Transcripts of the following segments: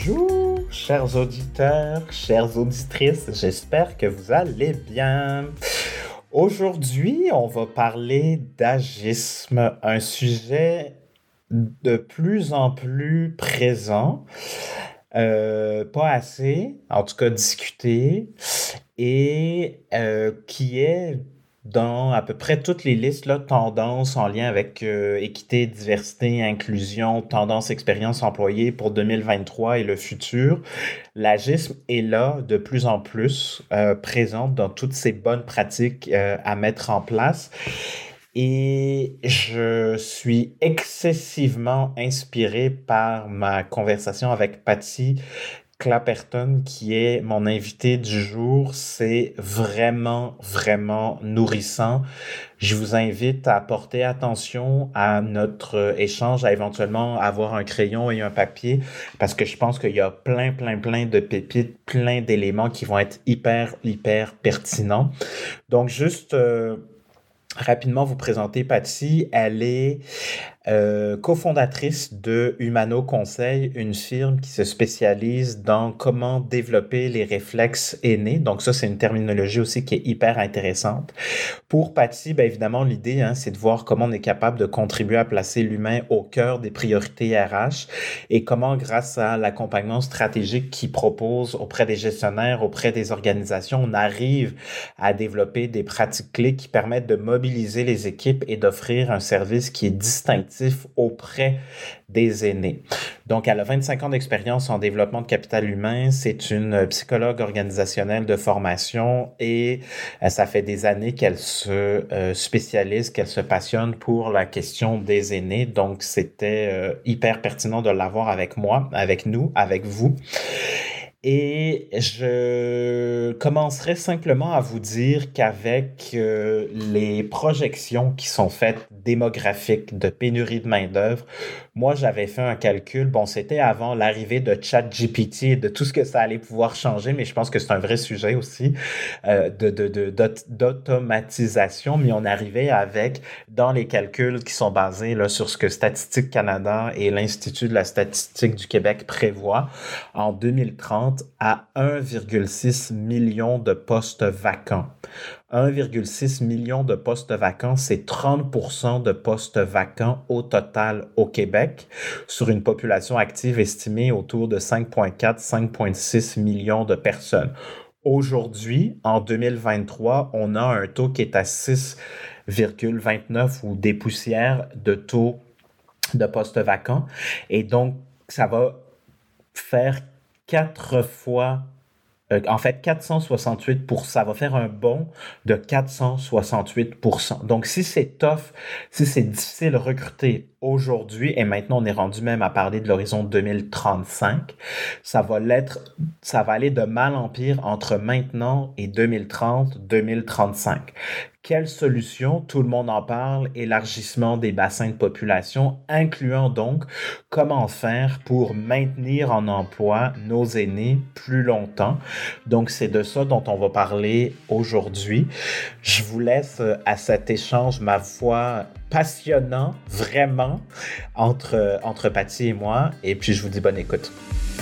Bonjour, chers auditeurs, chères auditrices, j'espère que vous allez bien. Aujourd'hui, on va parler d'agisme, un sujet de plus en plus présent, pas assez, en tout cas discuté, et qui est dans à peu près toutes les listes là, tendances en lien avec équité, diversité, inclusion, tendance, expérience employée pour 2023 et le futur. L'agisme est là de plus en plus présente dans toutes ces bonnes pratiques à mettre en place. Et je suis excessivement inspiré par ma conversation avec Patty Clapperton, qui est mon invité du jour. C'est vraiment, vraiment nourrissant. Je vous invite à porter attention à notre échange, à éventuellement avoir un crayon et un papier, parce que je pense qu'il y a plein de pépites, plein d'éléments qui vont être hyper pertinents. Donc, juste rapidement vous présenter Patty. Elle est cofondatrice de Humano Conseil, une firme qui se spécialise dans comment développer les réflexes aînés. Donc ça, c'est une terminologie aussi qui est hyper intéressante. Pour Patty, bien évidemment, l'idée, c'est de voir comment on est capable de contribuer à placer l'humain au cœur des priorités RH et comment, grâce à l'accompagnement stratégique qu'il propose auprès des gestionnaires, auprès des organisations, on arrive à développer des pratiques clés qui permettent de mobiliser les équipes et d'offrir un service qui est distinctif auprès des aînés. Donc, elle a 25 ans d'expérience en développement de capital humain. C'est une psychologue organisationnelle de formation et ça fait des années qu'elle se spécialise, qu'elle se passionne pour la question des aînés. Donc, c'était hyper pertinent de l'avoir avec moi, avec nous, avec vous. Et je commencerai simplement à vous dire qu'avec les projections qui sont faites démographiques de pénurie de main-d'œuvre, moi, j'avais fait un calcul. Bon, c'était avant l'arrivée de ChatGPT et de tout ce que ça allait pouvoir changer, mais je pense que c'est un vrai sujet aussi d'automatisation. Mais on arrivait avec, dans les calculs qui sont basés là, sur ce que Statistique Canada et l'Institut de la statistique du Québec prévoient, en 2030, à 1,6 million de postes vacants. 1,6 million de postes vacants, c'est 30% de postes vacants au total au Québec, sur une population active estimée autour de 5,4-5,6 millions de personnes. Aujourd'hui, en 2023, on a un taux qui est à 6,29 ou des poussières de taux de postes vacants. Et donc, ça va faire 468%. Ça va faire un bond de 468%. Donc, si c'est tough, si c'est difficile de recruter aujourd'hui, et maintenant on est rendu même à parler de l'horizon 2035, ça va aller de mal en pire entre maintenant et 2030, 2035. Quelle solution? Tout le monde en parle, élargissement des bassins de population, incluant donc comment faire pour maintenir en emploi nos aînés plus longtemps. Donc, c'est de ça dont on va parler aujourd'hui. Je vous laisse à cet échange, ma foi, passionnant, vraiment, entre Patty et moi. Et puis, je vous dis bonne écoute.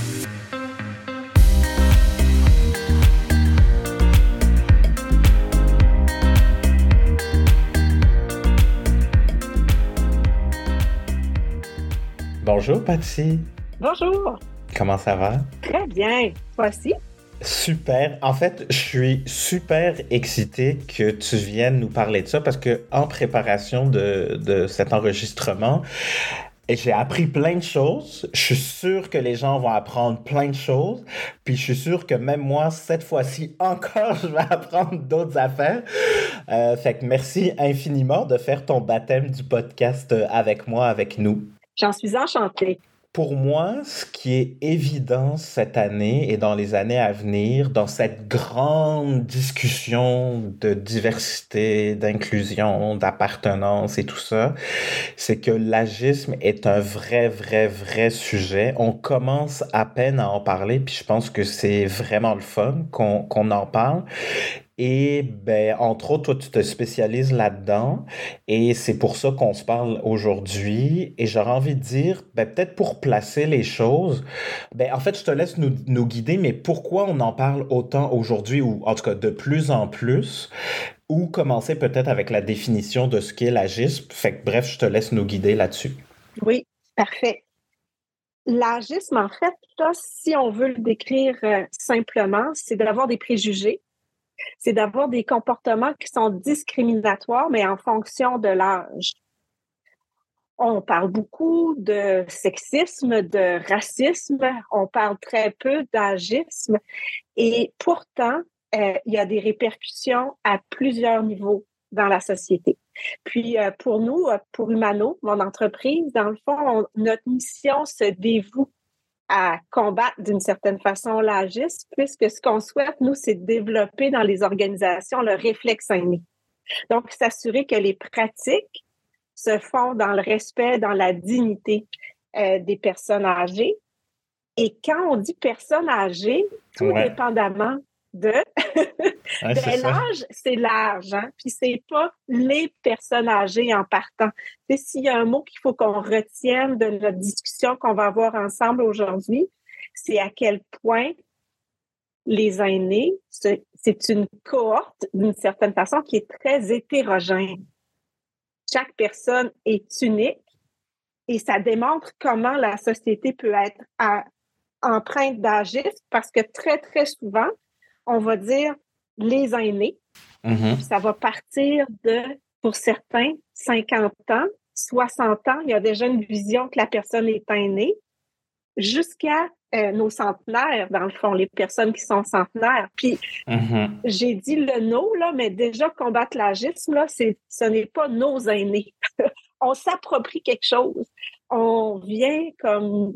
Bonjour, Patty. Bonjour. Comment ça va? Très bien. Toi aussi? Super. En fait, je suis super excité que tu viennes nous parler de ça parce que en préparation de cet enregistrement, j'ai appris plein de choses. Je suis sûr que les gens vont apprendre plein de choses. Puis je suis sûr que même moi, cette fois-ci encore, je vais apprendre d'autres affaires. Fait que merci infiniment de faire ton baptême du podcast avec moi, avec nous. J'en suis enchantée. Pour moi, ce qui est évident cette année et dans les années à venir, dans cette grande discussion de diversité, d'inclusion, d'appartenance et tout ça, c'est que l'agisme est un vrai sujet. On commence à peine à en parler, puis je pense que c'est vraiment le fun qu'on en parle. Et ben, entre autres, toi, tu te spécialises là-dedans et c'est pour ça qu'on se parle aujourd'hui. Et j'aurais envie de dire, ben, peut-être pour placer les choses, ben, en fait, je te laisse nous guider, mais pourquoi on en parle autant aujourd'hui ou en tout cas de plus en plus, ou commencer peut-être avec la définition de ce qu'est l'agisme. Fait que bref, je te laisse nous guider là-dessus. Oui, parfait. L'agisme, en fait, là, si on veut le décrire simplement, c'est d'avoir des préjugés, c'est d'avoir des comportements qui sont discriminatoires, mais en fonction de l'âge. On parle beaucoup de sexisme, de racisme, on parle très peu d'agisme et pourtant, il y a des répercussions à plusieurs niveaux dans la société. Puis pour nous, pour Humano, mon entreprise, dans le fond, notre mission se dévoue à combattre d'une certaine façon l'agisme, puisque ce qu'on souhaite, nous, c'est de développer dans les organisations le réflexe aîné. Donc, s'assurer que les pratiques se font dans le respect, dans la dignité des personnes âgées. Et quand on dit personnes âgées, tout Ouais, dépendamment de, ouais, c'est de ça. l'âge, c'est l'âge, hein? Puis c'est pas les personnes âgées en partant. Tu sais, s'il y a un mot qu'il faut qu'on retienne de notre discussion qu'on va avoir ensemble aujourd'hui, c'est à quel point les aînés, c'est une cohorte, d'une certaine façon, qui est très hétérogène. Chaque personne est unique et ça démontre comment la société peut être empreinte d'agisme parce que très, très souvent, on va dire les aînés. Mhm. Ça va partir de, pour certains, 50 ans, 60 ans. Il y a déjà une vision que la personne est aînée jusqu'à nos centenaires, dans le fond, les personnes qui sont centenaires. Puis, Mhm. j'ai dit le no, là, mais déjà, combattre l'agisme, là, ce n'est pas nos aînés. On s'approprie quelque chose. On vient comme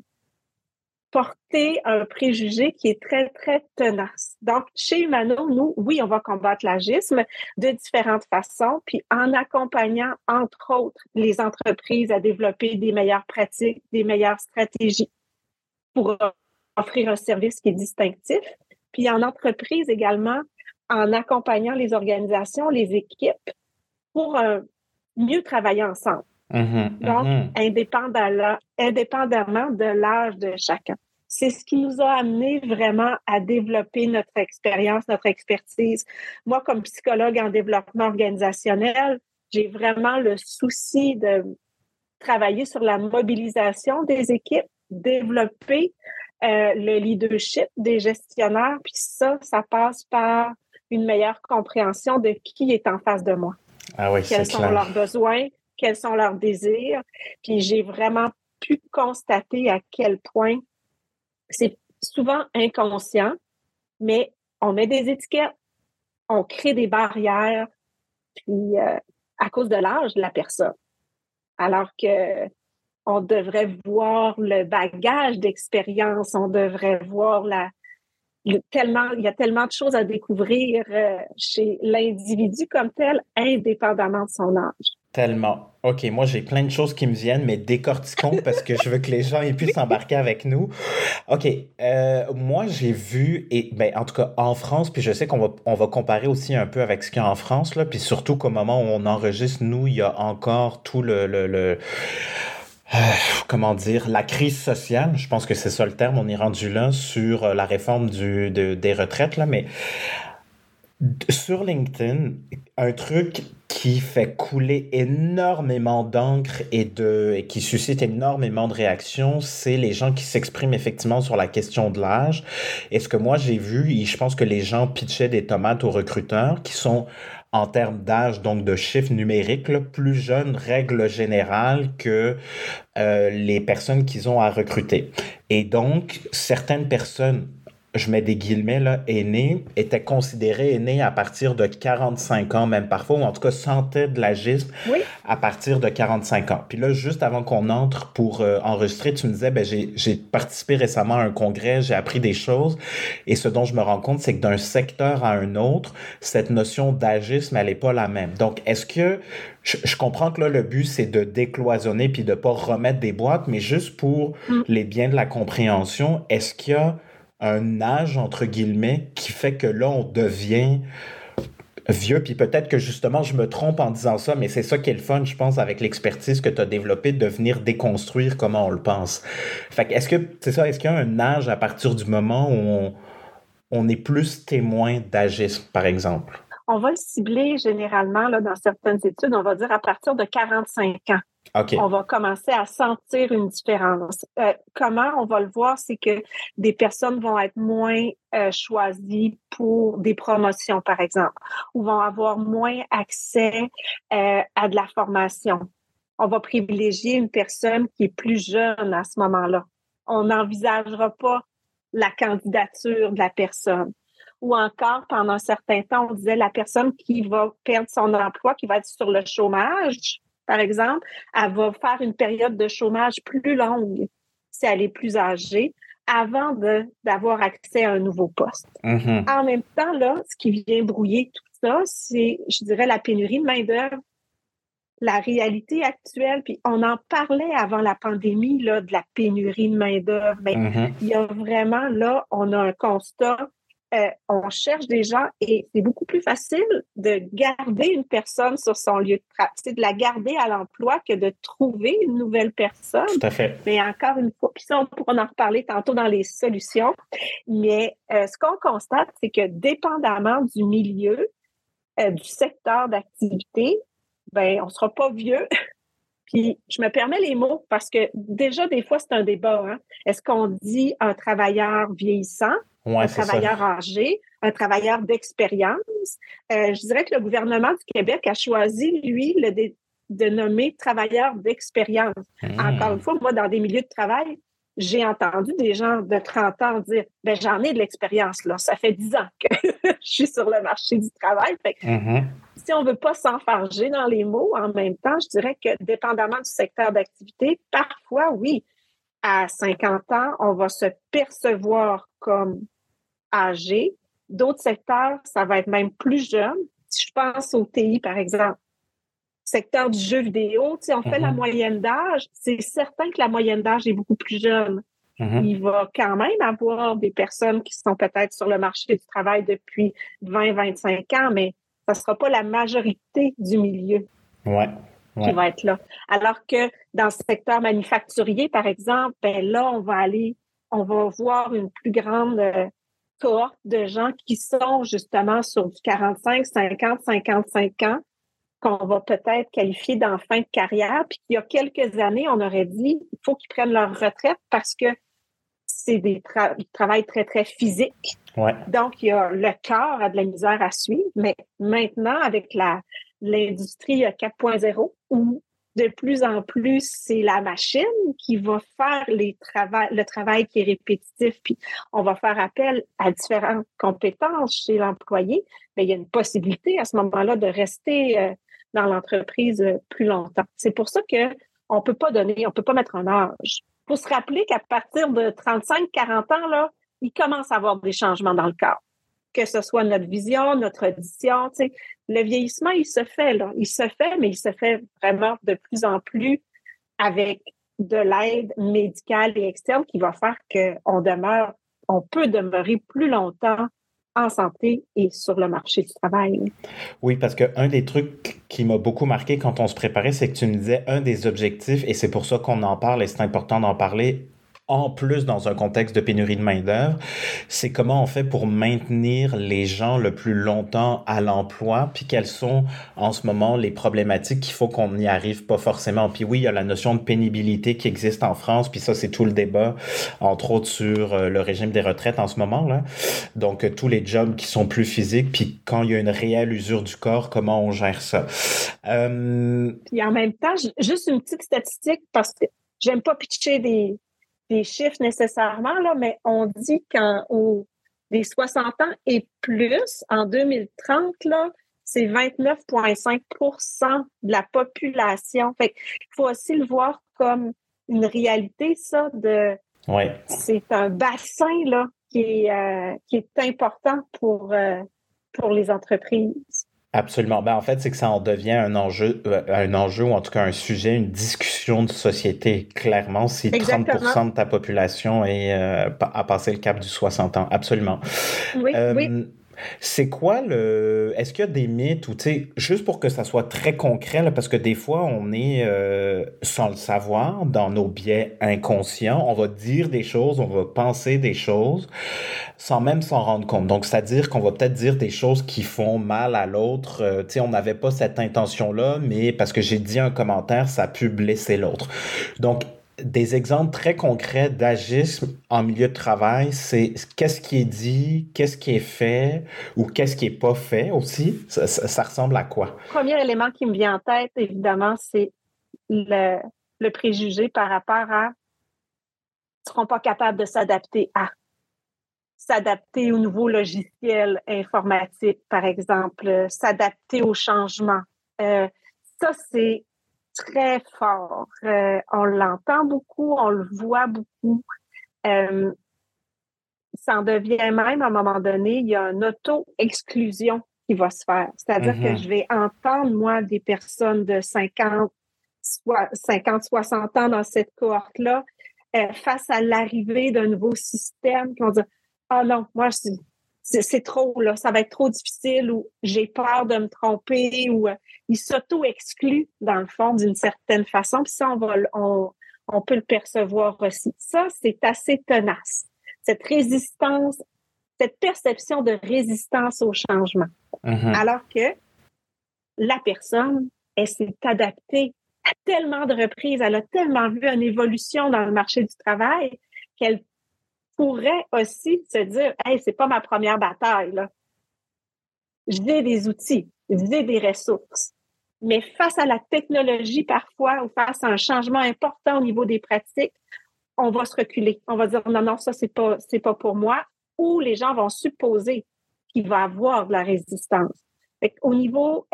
porter un préjugé qui est très, très tenace. Donc, chez Humano, nous, oui, on va combattre l'agisme de différentes façons, puis en accompagnant, entre autres, les entreprises à développer des meilleures pratiques, des meilleures stratégies pour offrir un service qui est distinctif. Puis en entreprise également, en accompagnant les organisations, les équipes pour mieux travailler ensemble. Mhm. Donc, Mhm. indépendamment de l'âge de chacun. C'est ce qui nous a amené vraiment à développer notre expérience, notre expertise. Moi, comme psychologue en développement organisationnel, j'ai vraiment le souci de travailler sur la mobilisation des équipes, développer le leadership des gestionnaires, puis ça passe par une meilleure compréhension de qui est en face de moi. Ah oui, c'est Quels sont clair. leurs besoins, quels sont leurs désirs. Puis j'ai vraiment pu constater à quel point c'est souvent inconscient, mais on met des étiquettes, on crée des barrières, puis à cause de l'âge de la personne. Alors que on devrait voir le bagage d'expérience, on devrait voir il y a tellement de choses à découvrir chez l'individu comme tel, indépendamment de son âge. Tellement. OK, moi j'ai plein de choses qui me viennent, mais décortiquons parce que je veux que les gens aient pu s'embarquer avec nous. OK, moi j'ai vu, et ben, en tout cas en France, puis je sais qu'on va comparer aussi un peu avec ce qu'il y a en France, là, puis surtout qu'au moment où on enregistre, nous, il y a encore tout comment dire, la crise sociale, je pense que c'est ça le terme, on est rendu là sur la réforme des retraites, là, mais sur LinkedIn, un truc qui fait couler énormément d'encre et qui suscite énormément de réactions, c'est les gens qui s'expriment effectivement sur la question de l'âge. Et ce que moi j'ai vu, et je pense que les gens pitchaient des tomates aux recruteurs qui sont en termes d'âge, donc de chiffres numériques, là, plus jeunes, règle générale, que les personnes qu'ils ont à recruter. Et donc, certaines personnes, je mets des guillemets, là, aînés, étaient considérés aînés à partir de 45 ans, même parfois, ou en tout cas sentaient de l'agisme Oui, à partir de 45 ans. Puis là, juste avant qu'on entre pour enregistrer, tu me disais, ben, j'ai participé récemment à un congrès, j'ai appris des choses, et ce dont je me rends compte, c'est que d'un secteur à un autre, cette notion d'agisme, elle n'est pas la même. Donc, est-ce que, je comprends que là, le but, c'est de décloisonner puis de pas remettre des boîtes, mais juste pour mm, les biens de la compréhension, est-ce qu'il y a un âge, entre guillemets, qui fait que là, on devient vieux, puis peut-être que justement je me trompe en disant ça, mais c'est ça qui est le fun, je pense, avec l'expertise que tu as développée, de venir déconstruire comment on le pense. Fait que est-ce que, c'est ça, est-ce qu'il y a un âge à partir du moment où on est plus témoin d'agisme, par exemple? On va le cibler généralement, là, dans certaines études, on va dire à partir de 45 ans. OK. On va commencer à sentir une différence. Comment on va le voir, c'est que des personnes vont être moins choisies pour des promotions, par exemple, ou vont avoir moins accès à de la formation. On va privilégier une personne qui est plus jeune à ce moment-là. On n'envisagera pas la candidature de la personne. Ou encore, pendant un certain temps, on disait la personne qui va perdre son emploi, qui va être sur le chômage, par exemple, elle va faire une période de chômage plus longue si elle est plus âgée avant d'avoir accès à un nouveau poste. Mm-hmm. En même temps, là, ce qui vient brouiller tout ça, c'est, je dirais, la pénurie de main-d'œuvre, la réalité actuelle. Puis on en parlait avant la pandémie, là, de la pénurie de main-d'œuvre. Mais il y a vraiment, là, on a un constat. On cherche des gens et c'est beaucoup plus facile de garder une personne sur son lieu de travail. C'est de la garder à l'emploi que de trouver une nouvelle personne. Tout à fait. Mais encore une fois, puis ça, on pourra en reparler tantôt dans les solutions. Mais ce qu'on constate, c'est que dépendamment du milieu, du secteur d'activité, ben on sera pas vieux. Puis je me permets les mots parce que déjà, des fois, c'est un débat. Hein? Est-ce qu'on dit un travailleur vieillissant? Ouais, Un travailleur âgé, un travailleur d'expérience. Je dirais que le gouvernement du Québec a choisi, lui, de nommer travailleur d'expérience. Encore une fois, moi, dans des milieux de travail, j'ai entendu des gens de 30 ans dire « ben j'en ai de l'expérience, là. Ça fait 10 ans que je suis sur le marché du travail. » Fait que, si on ne veut pas s'enfarger dans les mots, en même temps, je dirais que dépendamment du secteur d'activité, parfois, oui, à 50 ans, on va se percevoir comme âgé. D'autres secteurs, ça va être même plus jeune. Si je pense au TI, par exemple, secteur du jeu vidéo, on fait la moyenne d'âge. C'est certain que la moyenne d'âge est beaucoup plus jeune. Il va quand même avoir des personnes qui sont peut-être sur le marché du travail depuis 20-25 ans, mais ça ne sera pas la majorité du milieu qui va être là. Alors que dans le secteur manufacturier, par exemple, ben là, on va voir une plus grande cohorte de gens qui sont justement sur du 45, 50, 55 ans, qu'on va peut-être qualifier d'en fin de carrière, puis qu'il y a quelques années, on aurait dit il faut qu'ils prennent leur retraite parce que c'est des travail très, très physique. Donc, il y a le cœur a de la misère à suivre, mais maintenant, avec l'industrie 4.0, où de plus en plus, c'est la machine qui va faire le travail qui est répétitif, puis on va faire appel à différentes compétences chez l'employé, mais il y a une possibilité à ce moment-là de rester dans l'entreprise plus longtemps. C'est pour ça qu'on peut pas mettre un âge. Il faut se rappeler qu'à partir de 35-40 ans, là, il commence à avoir des changements dans le corps. Que ce soit notre vision, notre audition, tu sais, le vieillissement, il se fait, là. Il se fait, mais il se fait vraiment de plus en plus avec de l'aide médicale et externe qui va faire on peut demeurer plus longtemps en santé et sur le marché du travail. Oui, parce qu'un des trucs qui m'a beaucoup marqué quand on se préparait, c'est que tu me disais un des objectifs, et c'est pour ça qu'on en parle et c'est important d'en parler, en plus dans un contexte de pénurie de main-d'œuvre, c'est comment on fait pour maintenir les gens le plus longtemps à l'emploi, puis quelles sont en ce moment les problématiques qu'il faut qu'on n'y arrive pas forcément. Puis oui, il y a la notion de pénibilité qui existe en France, puis ça, c'est tout le débat, entre autres sur le régime des retraites en ce moment, là. Donc, tous les jobs qui sont plus physiques, puis quand il y a une réelle usure du corps, comment on gère ça? Puis en même temps, juste une petite statistique, parce que j'aime pas pitcher des chiffres nécessairement, là, mais on dit des 60 ans et plus, en 2030, là, c'est 29,5% de la population. Fait qu'il faut aussi le voir comme une réalité, ça, c'est un bassin, là, qui est important pour les entreprises. Absolument. Ben, en fait, c'est que ça en devient un enjeu ou en tout cas un sujet, une discussion de société. Clairement, si 30% de ta population a passé le cap du 60 ans. Absolument. Oui, oui. C'est quoi Est-ce qu'il y a des mythes ou, tu sais, juste pour que ça soit très concret, là, parce que des fois, on est, sans le savoir, dans nos biais inconscients, on va dire des choses, on va penser des choses, sans même s'en rendre compte. Donc, c'est-à-dire qu'on va peut-être dire des choses qui font mal à l'autre. Tu sais, on n'avait pas cette intention-là, mais parce que j'ai dit un commentaire, ça a pu blesser l'autre. Donc, des exemples très concrets d'agisme en milieu de travail, c'est qu'est-ce qui est dit, qu'est-ce qui est fait ou qu'est-ce qui est pas fait aussi. Ça ressemble à quoi? Premier élément qui me vient en tête, évidemment, c'est le, le préjugé par rapport à ne seront pas capables de s'adapter aux nouveaux logiciels informatiques, par exemple, s'adapter aux changements. Euh, Ça, c'est très fort. On l'entend beaucoup, on le voit beaucoup. Euh, Ça en devient même, à un moment donné, il y a une auto-exclusion qui va se faire. C'est-à-dire que je Mhm, vais entendre, moi, des personnes de 60 ans dans cette cohorte-là, face à l'arrivée d'un nouveau système, qui vont dire, ah non, moi, c'est trop, là, ça va être trop difficile, ou j'ai peur de me tromper, ou ils s'auto-excluent, dans le fond, d'une certaine façon. Puis ça, on peut le percevoir aussi. Ça, c'est assez tenace. Cette résistance, cette perception de résistance au changement. mhm. Alors que la personne, elle s'est adaptée à tellement de reprises, elle a tellement vu une évolution dans le marché du travail qu'elle pourrait aussi se dire, hey, c'est pas ma première bataille, là. J'ai des outils, j'ai des ressources. Mais face à la technologie, parfois, ou face à un changement important au niveau des pratiques, on va se reculer. On va dire, non, non, ça, c'est pas pour moi. Ou les gens vont supposer qu'il va y avoir de la résistance. Au niveau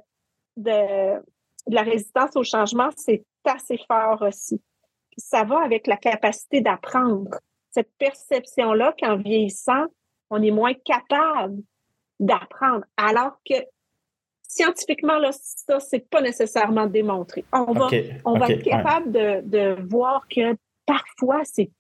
de la résistance au changement, c'est assez fort aussi. Puis ça va avec la capacité d'apprendre. Cette perception-là qu'en vieillissant, on est moins capable d'apprendre. Alors que scientifiquement, là, ça, c'est pas nécessairement démontré. OK, On OK, va être ouais. capable de voir que parfois, c'est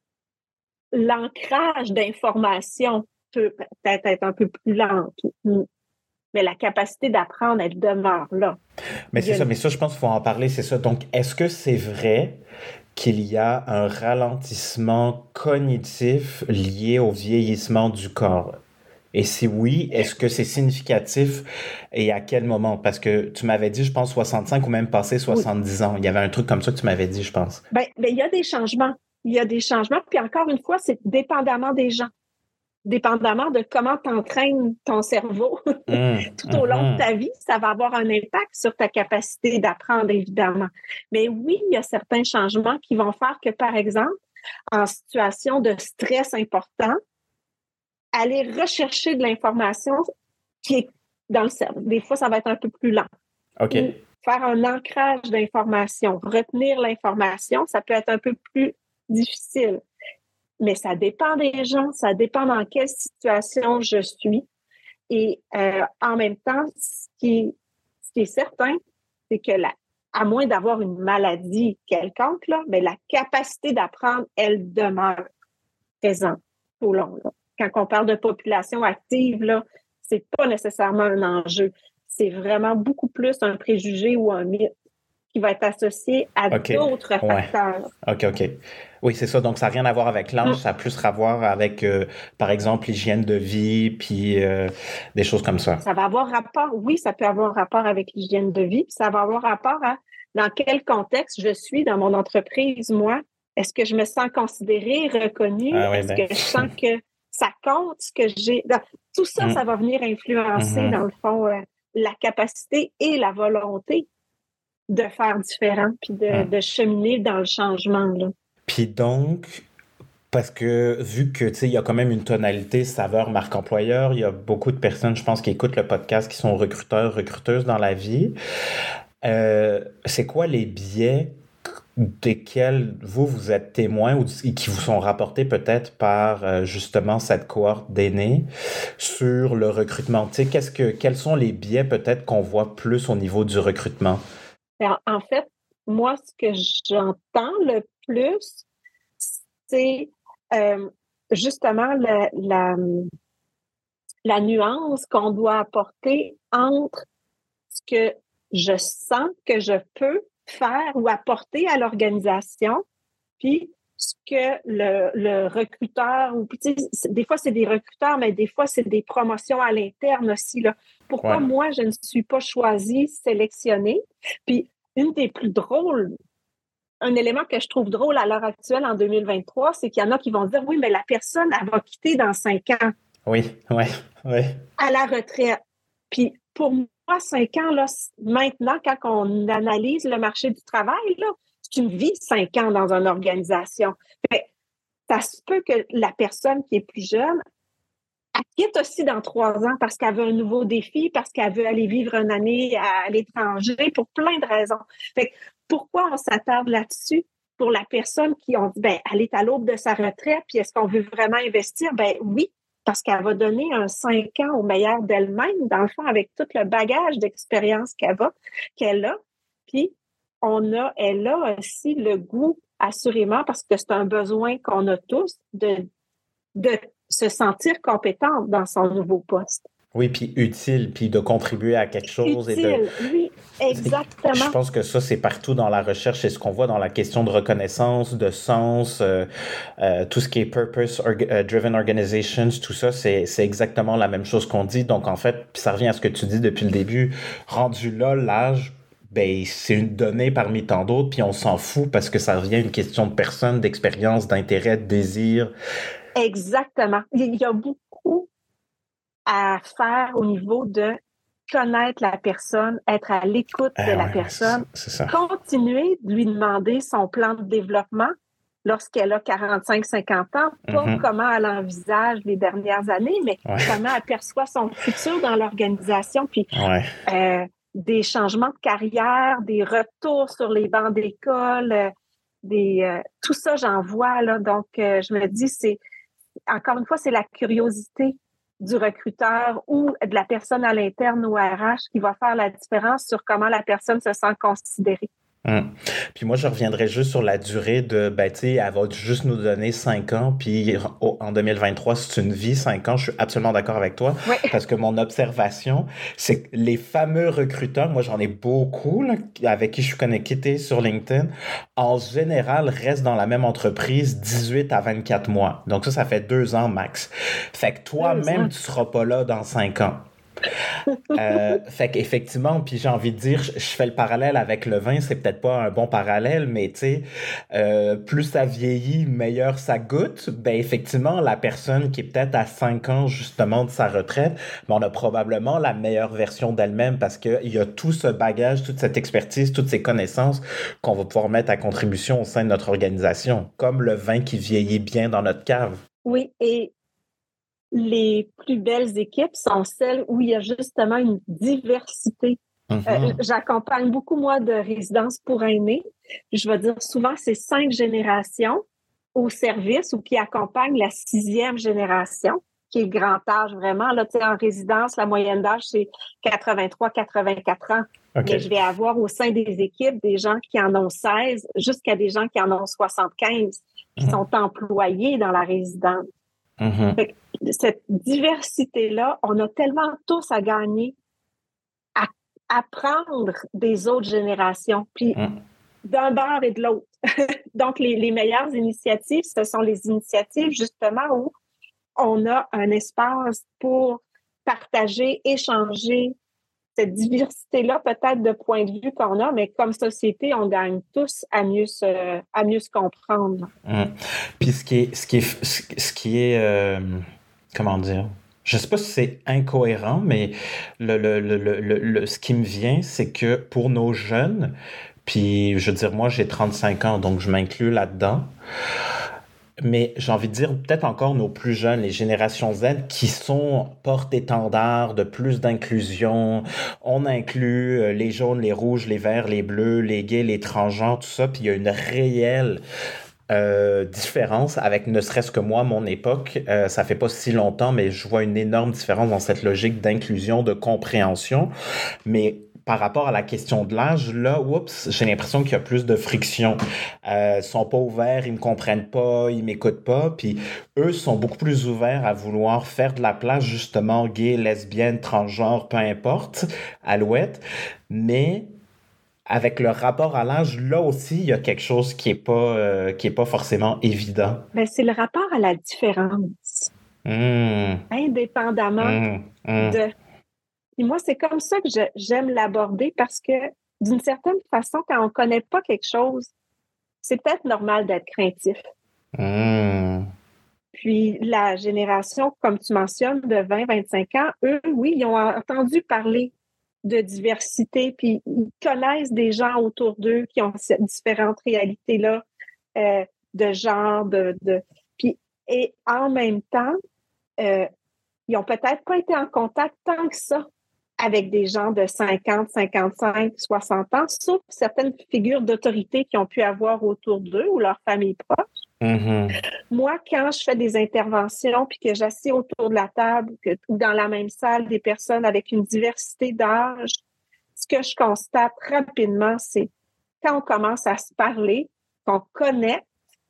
l'ancrage d'informations peut peut-être être un peu plus lent, mais la capacité d'apprendre, elle demeure là. Mais Il y c'est a ça, une... mais ça, je pense qu'il faut en parler, c'est ça. Donc, est-ce que c'est vrai qu'il y a un ralentissement cognitif lié au vieillissement du corps? Et si oui, est-ce que c'est significatif et à quel moment? Parce que tu m'avais dit, je pense, 65 ou même passé Oui. 70 ans. Il y avait un truc comme ça que tu m'avais dit, je pense. Ben, il y a des changements. Il y a des changements. Puis encore une fois, c'est dépendamment des gens, dépendamment de comment tu entraînes ton cerveau tout au long de Mhm. ta vie, ça va avoir un impact sur ta capacité d'apprendre, évidemment. Mais oui, il y a certains changements qui vont faire que, par exemple, en situation de stress important, aller rechercher de l'information qui est dans le cerveau. Des fois, ça va être un peu plus lent. OK. Ou faire un ancrage d'information, retenir l'information, ça peut être un peu plus difficile. Mais ça dépend des gens, ça dépend dans quelle situation je suis. Et en même temps, ce qui est certain, c'est que à moins d'avoir une maladie quelconque, là, mais la capacité d'apprendre, elle demeure présente tout au long. Là. Quand on parle de population active, là, c'est pas nécessairement un enjeu. C'est vraiment beaucoup plus un préjugé ou un mythe qui va être associé à OK. d'autres Ouais. facteurs. OK, OK. Oui, c'est ça. Donc, ça n'a rien à voir avec l'âge, Hum, ça a plus à voir avec, par exemple, l'hygiène de vie, puis des choses comme ça. Ça va avoir rapport, oui, ça peut avoir rapport avec l'hygiène de vie, puis ça va avoir rapport à dans quel contexte je suis dans mon entreprise, moi. Est-ce que je me sens considérée, reconnue? Ah oui, Est-ce ben. que je sens que ça compte ce que j'ai? Tout ça, ça Hum, va venir influencer, dans mhm. le fond, la capacité et la volonté de faire différent, puis Hum. de cheminer dans le changement, là. Puis donc, parce que vu que, tu sais, il y a quand même une tonalité saveur marque employeur, il y a beaucoup de personnes, je pense, qui écoutent le podcast, qui sont recruteurs, recruteuses dans la vie. C'est quoi les biais desquels vous, vous êtes témoin ou qui vous sont rapportés peut-être par justement cette cohorte d'aînés sur le recrutement? Tu sais, quels sont les biais peut-être qu'on voit plus au niveau du recrutement? En fait, moi, ce que j'entends le plus, c'est euh, justement la nuance qu'on doit apporter entre ce que je sens que je peux faire ou apporter à l'organisation, puis ce que le recruteur, ou tu sais, des fois c'est des recruteurs, mais des fois c'est des promotions à l'interne aussi, là. Pourquoi Ouais. moi je ne suis pas choisie, sélectionnée? Puis une des plus drôles, un élément que je trouve drôle à l'heure actuelle en 2023, c'est qu'il y en a qui vont dire oui, mais la personne, elle va quitter dans 5 ans Oui, ouais, ouais. à la retraite. Puis pour moi, 5 ans, là, maintenant, quand on analyse le marché du travail, là, c'est une vie 5 ans dans une organisation. Fait, ça se peut que la personne qui est plus jeune, elle quitte aussi dans 3 ans parce qu'elle veut un nouveau défi, parce qu'elle veut aller vivre une année à l'étranger, pour plein de raisons. Fait, pourquoi on s'attarde là-dessus? Pour la personne qui, on dit, ben, elle est à l'aube de sa retraite, puis est-ce qu'on veut vraiment investir? Ben oui, parce qu'elle va donner un 5 ans au meilleur d'elle-même, dans le fond, avec tout le bagage d'expérience qu'elle a. Puis, elle a aussi le goût, assurément, parce que c'est un besoin qu'on a tous, de se sentir compétente dans son nouveau poste. Oui, puis utile, puis de contribuer à quelque chose Utile, oui, Je exactement. pense que ça, c'est partout dans la recherche, c'est ce qu'on voit dans la question de reconnaissance, de sens, tout ce qui est purpose-driven organizations, tout ça, c'est exactement la même chose qu'on dit. Donc, en fait, puis ça revient à ce que tu dis depuis le début, rendu là, l'âge, ben, c'est une donnée parmi tant d'autres, puis on s'en fout parce que ça revient à une question de personne, d'expérience, d'intérêt, de désir. Exactement. Il y a beaucoup à faire au niveau de connaître la personne, être à l'écoute de la Ouais, personne, c'est ça. continuer de lui demander son plan de développement lorsqu'elle a 45-50 ans, pas comment elle envisage les dernières années, mais Ouais. comment elle perçoit son futur dans l'organisation, puis Ouais. des changements de carrière, des retours sur les bancs d'école, tout ça, j'en vois, là. Donc, je me dis, encore une fois, c'est la curiosité du recruteur ou de la personne à l'interne ou RH qui va faire la différence sur comment la personne se sent considérée. Puis moi, je reviendrai juste sur la durée de, ben, tu sais, elle va juste nous donner 5 ans, puis en 2023, c'est une vie, 5 ans, je suis absolument d'accord avec toi, Oui. parce que mon observation, c'est que les fameux recruteurs, moi j'en ai beaucoup, là, avec qui je suis connecté sur LinkedIn, en général, restent dans la même entreprise 18 à 24 mois. Donc ça fait 2 ans max. Fait que toi-même, tu seras pas là dans 5 ans. Fait qu'effectivement, puis j'ai envie de dire, je fais le parallèle avec le vin, c'est peut-être pas un bon parallèle, mais tu sais, plus ça vieillit, meilleur ça goûte. Ben effectivement, la personne qui est peut-être à 5 ans justement de sa retraite, ben, on a probablement la meilleure version d'elle-même parce qu'il y a tout ce bagage, toute cette expertise, toutes ces connaissances qu'on va pouvoir mettre à contribution au sein de notre organisation, comme le vin qui vieillit bien dans notre cave. Oui, et les plus belles équipes sont celles où il y a justement une diversité. J'accompagne beaucoup, moi, de résidences pour aînés. Je vais dire souvent, c'est 5 générations au service ou qui accompagnent la 6e génération, qui est le grand âge vraiment. Là, en résidence, la moyenne d'âge, c'est 83-84 ans. Okay. Mais je vais avoir au sein des équipes des gens qui en ont 16 jusqu'à des gens qui en ont 75 qui sont employés dans la résidence. Fait que cette diversité-là, on a tellement tous à gagner à apprendre des autres générations, puis d'un bord et de l'autre. Donc, les meilleures initiatives, ce sont les initiatives justement où on a un espace pour partager, échanger cette diversité-là, peut-être de points de vue qu'on a, mais comme société, on gagne tous à mieux se comprendre. Puis ce qui est comment dire? Je sais pas si c'est incohérent, mais ce qui me vient, c'est que pour nos jeunes, puis je veux dire, moi j'ai 35 ans, donc je m'inclus là-dedans. Mais j'ai envie de dire peut-être encore nos plus jeunes, les générations Z, qui sont porte-étendards de plus d'inclusion. On inclut les jaunes, les rouges, les verts, les bleus, les gays, les transgenres, tout ça. Puis il y a une réelle différence avec ne serait-ce que moi, mon époque. Ça fait pas si longtemps, mais je vois une énorme différence dans cette logique d'inclusion, de compréhension. Mais par rapport à la question de l'âge, là, oups, j'ai l'impression qu'il y a plus de friction. Ils sont pas ouverts, ils me comprennent pas, ils m'écoutent pas, puis eux sont beaucoup plus ouverts à vouloir faire de la place, justement, gay, lesbienne, transgenre, peu importe, alouette, mais avec le rapport à l'âge, là aussi, il y a quelque chose qui est pas forcément évident. Ben, c'est le rapport à la différence, Hum, indépendamment hum. de. Et moi, c'est comme ça que j'aime l'aborder parce que, d'une certaine façon, quand on ne connaît pas quelque chose, c'est peut-être normal d'être craintif. Hmm. Puis la génération, comme tu mentionnes, de 20-25 ans, eux, oui, ils ont entendu parler de diversité, puis ils connaissent des gens autour d'eux qui ont cette différentes réalités-là, de genre, puis, et en même temps, euh, ils n'ont peut-être pas été en contact tant que ça avec des gens de 50, 55, 60 ans, sauf certaines figures d'autorité qui ont pu avoir autour d'eux ou leur famille proche. Mhm. Moi, quand je fais des interventions puis que j'assieds autour de la table ou dans la même salle des personnes avec une diversité d'âge, ce que je constate rapidement, c'est quand on commence à se parler, qu'on connaît,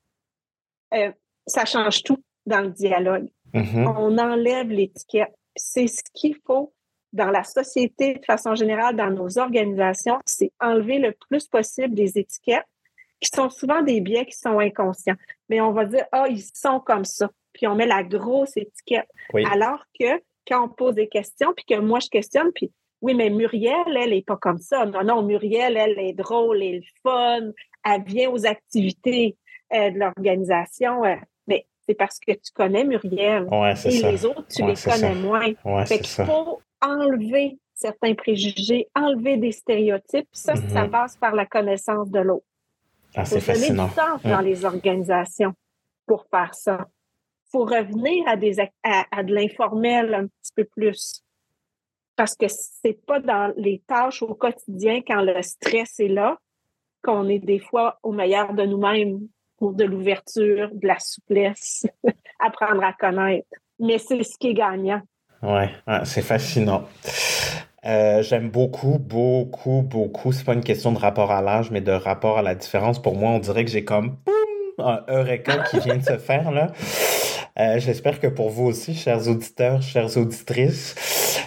ça change tout dans le dialogue. Mhm. On enlève l'étiquette. C'est ce qu'il faut dans la société de façon générale, dans nos organisations, c'est enlever le plus possible des étiquettes qui sont souvent des biais qui sont inconscients. Mais on va dire, ah, ils sont comme ça. Puis on met la grosse étiquette. Oui. Alors que quand on pose des questions, puis que moi, je questionne, puis oui, mais Muriel, elle n'est pas comme ça. Non, non, Muriel, elle est drôle, elle est fun, elle vient aux activités de l'organisation. Mais c'est parce que tu connais Muriel Ouais, c'est et ça. les autres, tu Ouais, les c'est ça. connais moins. Ouais, Fait c'est qu'il ça. faut enlever certains préjugés, enlever des stéréotypes. Ça Mhm. passe par la connaissance de l'autre. Ah, Il faut c'est se donner du fascinant. temps Mm. dans les organisations pour faire ça. Il faut revenir à de l'informel un petit peu plus. Parce que c'est pas dans les tâches au quotidien, quand le stress est là, qu'on est des fois au meilleur de nous-mêmes pour de l'ouverture, de la souplesse, apprendre à connaître. Mais c'est ce qui est gagnant. Ouais, ouais, c'est fascinant. J'aime beaucoup, beaucoup, beaucoup. C'est pas une question de rapport à l'âge, mais de rapport à la différence. Pour moi, on dirait que j'ai comme boum, un eureka qui vient de se faire là. J'espère que pour vous aussi, chers auditeurs, chères auditrices.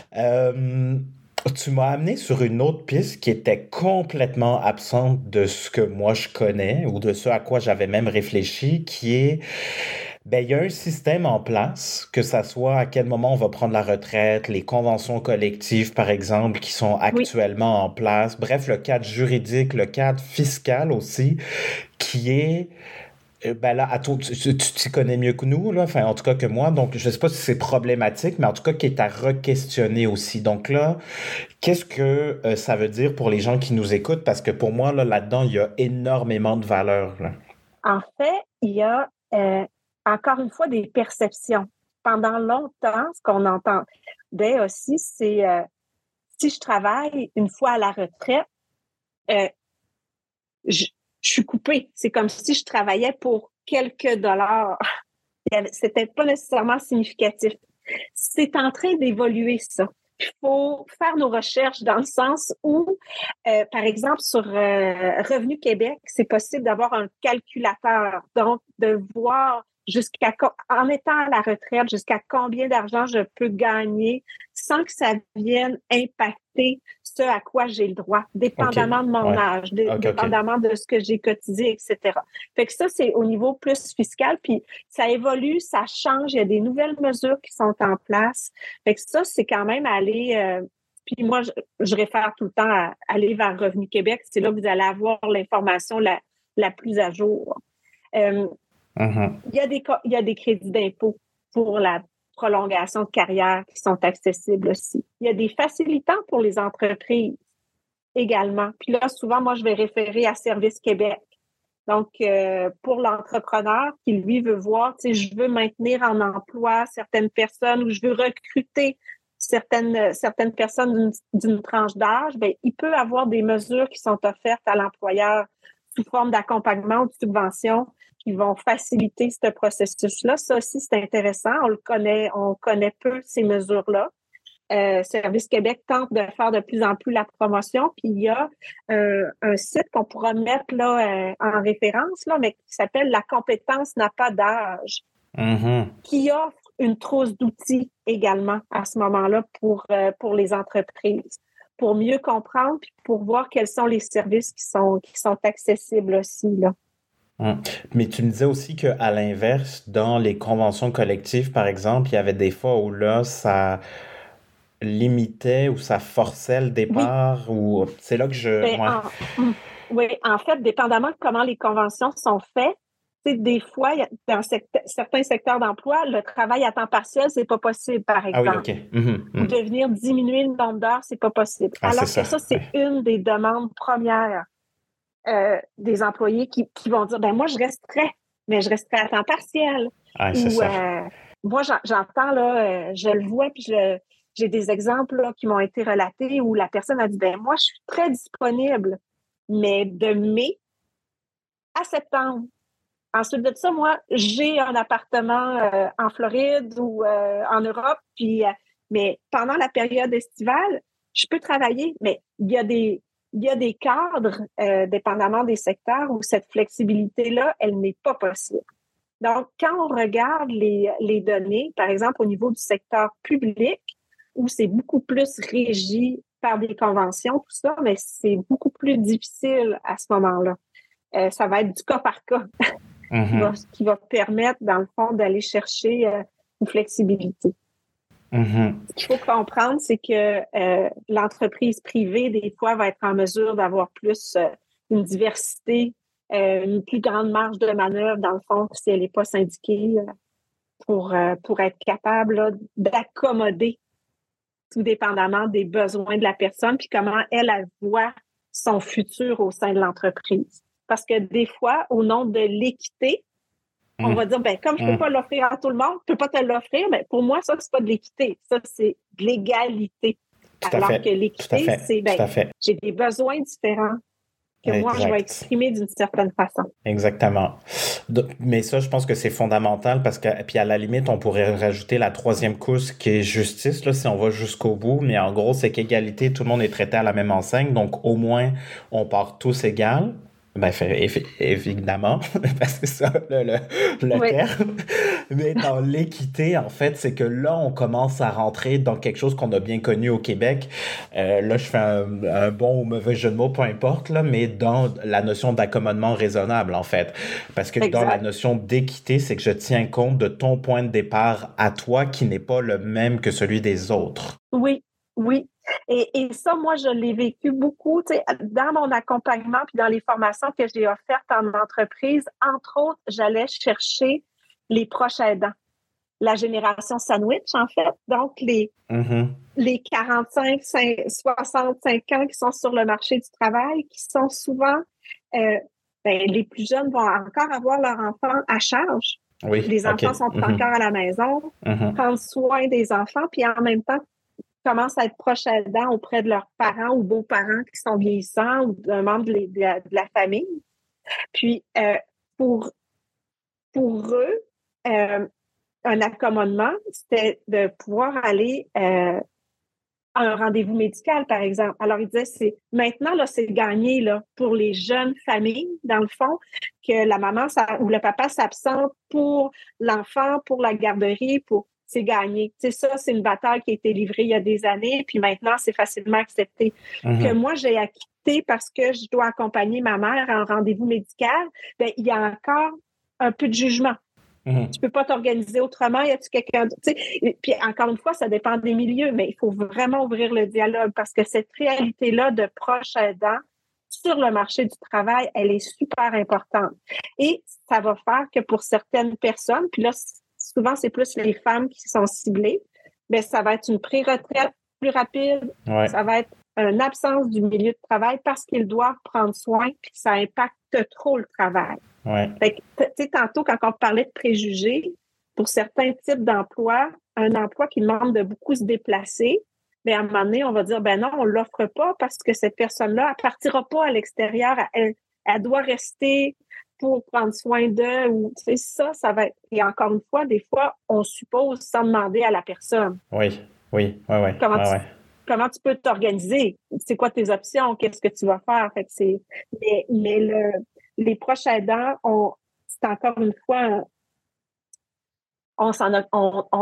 Tu m'as amené sur une autre piste qui était complètement absente de ce que moi je connais ou de ce à quoi j'avais même réfléchi, qui est ben, il y a un système en place, que ça soit à quel moment on va prendre la retraite, les conventions collectives, par exemple, qui sont Oui, actuellement en place. Bref, le cadre juridique, le cadre fiscal aussi, qui est, ben là, à toi, tu t'y connais mieux que nous, là, enfin, en tout cas que moi, donc je sais pas si c'est problématique, mais en tout cas qui est à re-questionner aussi. Donc là, qu'est-ce que ça veut dire pour les gens qui nous écoutent? Parce que pour moi, là, là-dedans, il y a énormément de valeur, là. en fait, il y a encore une fois des perceptions. Pendant longtemps, ce qu'on entendait aussi, c'est si je travaille une fois à la retraite, euh, je, je suis coupée. C'est comme si je travaillais pour quelques dollars. C'était pas nécessairement significatif. C'est en train d'évoluer, ça. Il faut faire nos recherches dans le sens où, par exemple, sur Revenu Québec, c'est possible d'avoir un calculateur. Donc, de voir en étant à la retraite, jusqu'à combien d'argent je peux gagner sans que ça vienne impacter ce à quoi j'ai le droit, OK. dépendamment de mon Ouais. âge, OK, OK. dépendamment de ce que j'ai cotisé, etc. Fait que ça, c'est au niveau plus fiscal, puis ça évolue, ça change, il y a des nouvelles mesures qui sont en place. Fait que ça, c'est quand même aller... puis moi, je réfère tout le temps à aller vers Revenu Québec. C'est là que vous allez avoir l'information la plus à jour. Euh, Mhm. il y a des crédits d'impôt pour la prolongation de carrière qui sont accessibles aussi. Il y a des facilitants pour les entreprises également. Puis là, souvent, moi, je vais référer à Service Québec. Donc, pour l'entrepreneur qui, lui, veut voir, tu sais, je veux maintenir en emploi certaines personnes ou je veux recruter certaines personnes d'une tranche d'âge, bien, il peut avoir des mesures qui sont offertes à l'employeur sous forme d'accompagnement ou de subvention qui vont faciliter ce processus-là. Ça aussi, c'est intéressant. On connaît peu, ces mesures-là. Service Québec tente de faire de plus en plus la promotion. Puis il y a un site qu'on pourra mettre là, en référence, là, mais qui s'appelle La compétence n'a pas d'âge, qui offre une trousse d'outils également à ce moment-là pour les entreprises, pour mieux comprendre puis pour voir quels sont les services qui sont accessibles aussi, là. Mais tu me disais aussi qu'à l'inverse, dans les conventions collectives, par exemple, il y avait des fois où là, ça limitait ou ça forçait le Oui, départ, ou c'est là que je... ben, Ouais. oui, en fait, dépendamment de comment les conventions sont faites, des fois, dans certains secteurs d'emploi, le travail à temps partiel, c'est pas possible, par Ah oui, exemple. OK. Ou de venir diminuer le nombre d'heures, c'est pas possible. Ah, c'est Alors que ça. ça, c'est Ouais. une des demandes premières des employés qui vont dire, ben moi, je resterai, mais je resterai à temps partiel. Ah, c'est Ou ça. moi, j'entends, là, je le vois, puis j'ai des exemples là, qui m'ont été relatés où la personne a dit, ben moi, je suis très disponible, mais de mai à septembre. Ensuite de ça, moi, j'ai un appartement en Floride ou en Europe, puis mais pendant la période estivale, je peux travailler, mais il y a des cadres, dépendamment des secteurs, où cette flexibilité-là, elle n'est pas possible. Donc, quand on regarde les données, par exemple au niveau du secteur public, où c'est beaucoup plus régi par des conventions, tout ça, mais c'est beaucoup plus difficile à ce moment-là. Ça va être du cas par cas qui va permettre, dans le fond, d'aller chercher une flexibilité. Ce qu'il faut comprendre, c'est que l'entreprise privée, des fois, va être en mesure d'avoir plus une diversité, une plus grande marge de manœuvre, dans le fond, si elle n'est pas syndiquée, pour être capable là, d'accommoder tout dépendamment des besoins de la personne, puis comment elle voit son futur au sein de l'entreprise. Parce que des fois, au nom de l'équité, on va dire, ben, comme je peux pas l'offrir à tout le monde, je peux pas te l'offrir, mais pour moi, ça, c'est pas de l'équité. Ça, c'est de l'égalité. Tout à Alors que fait. Tout à l'équité, fait. c'est, ben, Tout à fait. j'ai des besoins différents que moi, je vais Exact. exprimer d'une certaine façon. Exactement. Mais ça, je pense que c'est fondamental parce que, puis à la limite, on pourrait rajouter la troisième couche qui est justice, là, si on va jusqu'au bout. Mais en gros, c'est qu'égalité, tout le monde est traité à la même enseigne. Donc, au moins, on part tous égales. Ben, évidemment, parce que c'est ça le Oui, terme. Mais dans l'équité, en fait, c'est que là, on commence à rentrer dans quelque chose qu'on a bien connu au Québec. Là, je fais un bon ou mauvais jeu de mots, peu importe, là, mais dans la notion d'accommodement raisonnable, en fait. Parce que dans la exact. notion d'équité, c'est que je tiens compte de ton point de départ à toi qui n'est pas le même que celui des autres. Oui, oui. Et ça, moi, je l'ai vécu beaucoup, tu sais, dans mon accompagnement puis dans les formations que j'ai offertes en entreprise. Entre autres, j'allais chercher les proches aidants, la génération sandwich, en fait. Donc, les 45, 65 ans qui sont sur le marché du travail, qui sont souvent, euh, ben, les plus jeunes vont encore avoir leurs enfants à charge. Oui, Les OK. enfants sont encore à la maison, prendre soin des enfants, puis en même temps, commencent à être proches aidants auprès de leurs parents ou beaux-parents qui sont vieillissants ou d'un membre de la famille. Puis, pour, pour eux, un accommodement, c'était de pouvoir aller à un rendez-vous médical, par exemple. Alors, ils disaient, maintenant, là, c'est gagné là, pour les jeunes familles, dans le fond, que la maman ou le papa s'absente pour l'enfant, pour la garderie, c'est gagné. Tu sais, ça, c'est une bataille qui a été livrée il y a des années, puis maintenant, c'est facilement accepté. Que moi, j'ai acquitté parce que je dois accompagner ma mère à un rendez-vous médical, bien, il y a encore un peu de jugement. Tu peux pas t'organiser autrement, y a-tu quelqu'un d'autre? Puis encore une fois, ça dépend des milieux, mais il faut vraiment ouvrir le dialogue parce que cette réalité-là de proche aidant sur le marché du travail, elle est super importante. Et ça va faire que pour certaines personnes, puis là, souvent, c'est plus les femmes qui sont ciblées, mais ça va être une pré-retraite plus rapide, Ouais. ça va être une absence du milieu de travail parce qu'ils doivent prendre soin, puis ça impacte trop le travail. Ouais. Fait que, tu sais, tantôt, quand on parlait de préjugés, pour certains types d'emplois, un emploi qui demande de beaucoup se déplacer, bien, à un moment donné, on va dire, ben non, on l'offre pas parce que cette personne-là, elle partira pas à l'extérieur, elle doit rester pour prendre soin d'eux ou, tu sais, ça va être, et encore une fois, des fois, on suppose sans demander à la personne. Oui. Oui, ouais, ouais, Comment ouais, tu, ouais. comment tu peux t'organiser? C'est quoi tes options? Qu'est-ce que tu vas faire? Fait que les proches aidants, c'est encore une fois, on s'en a-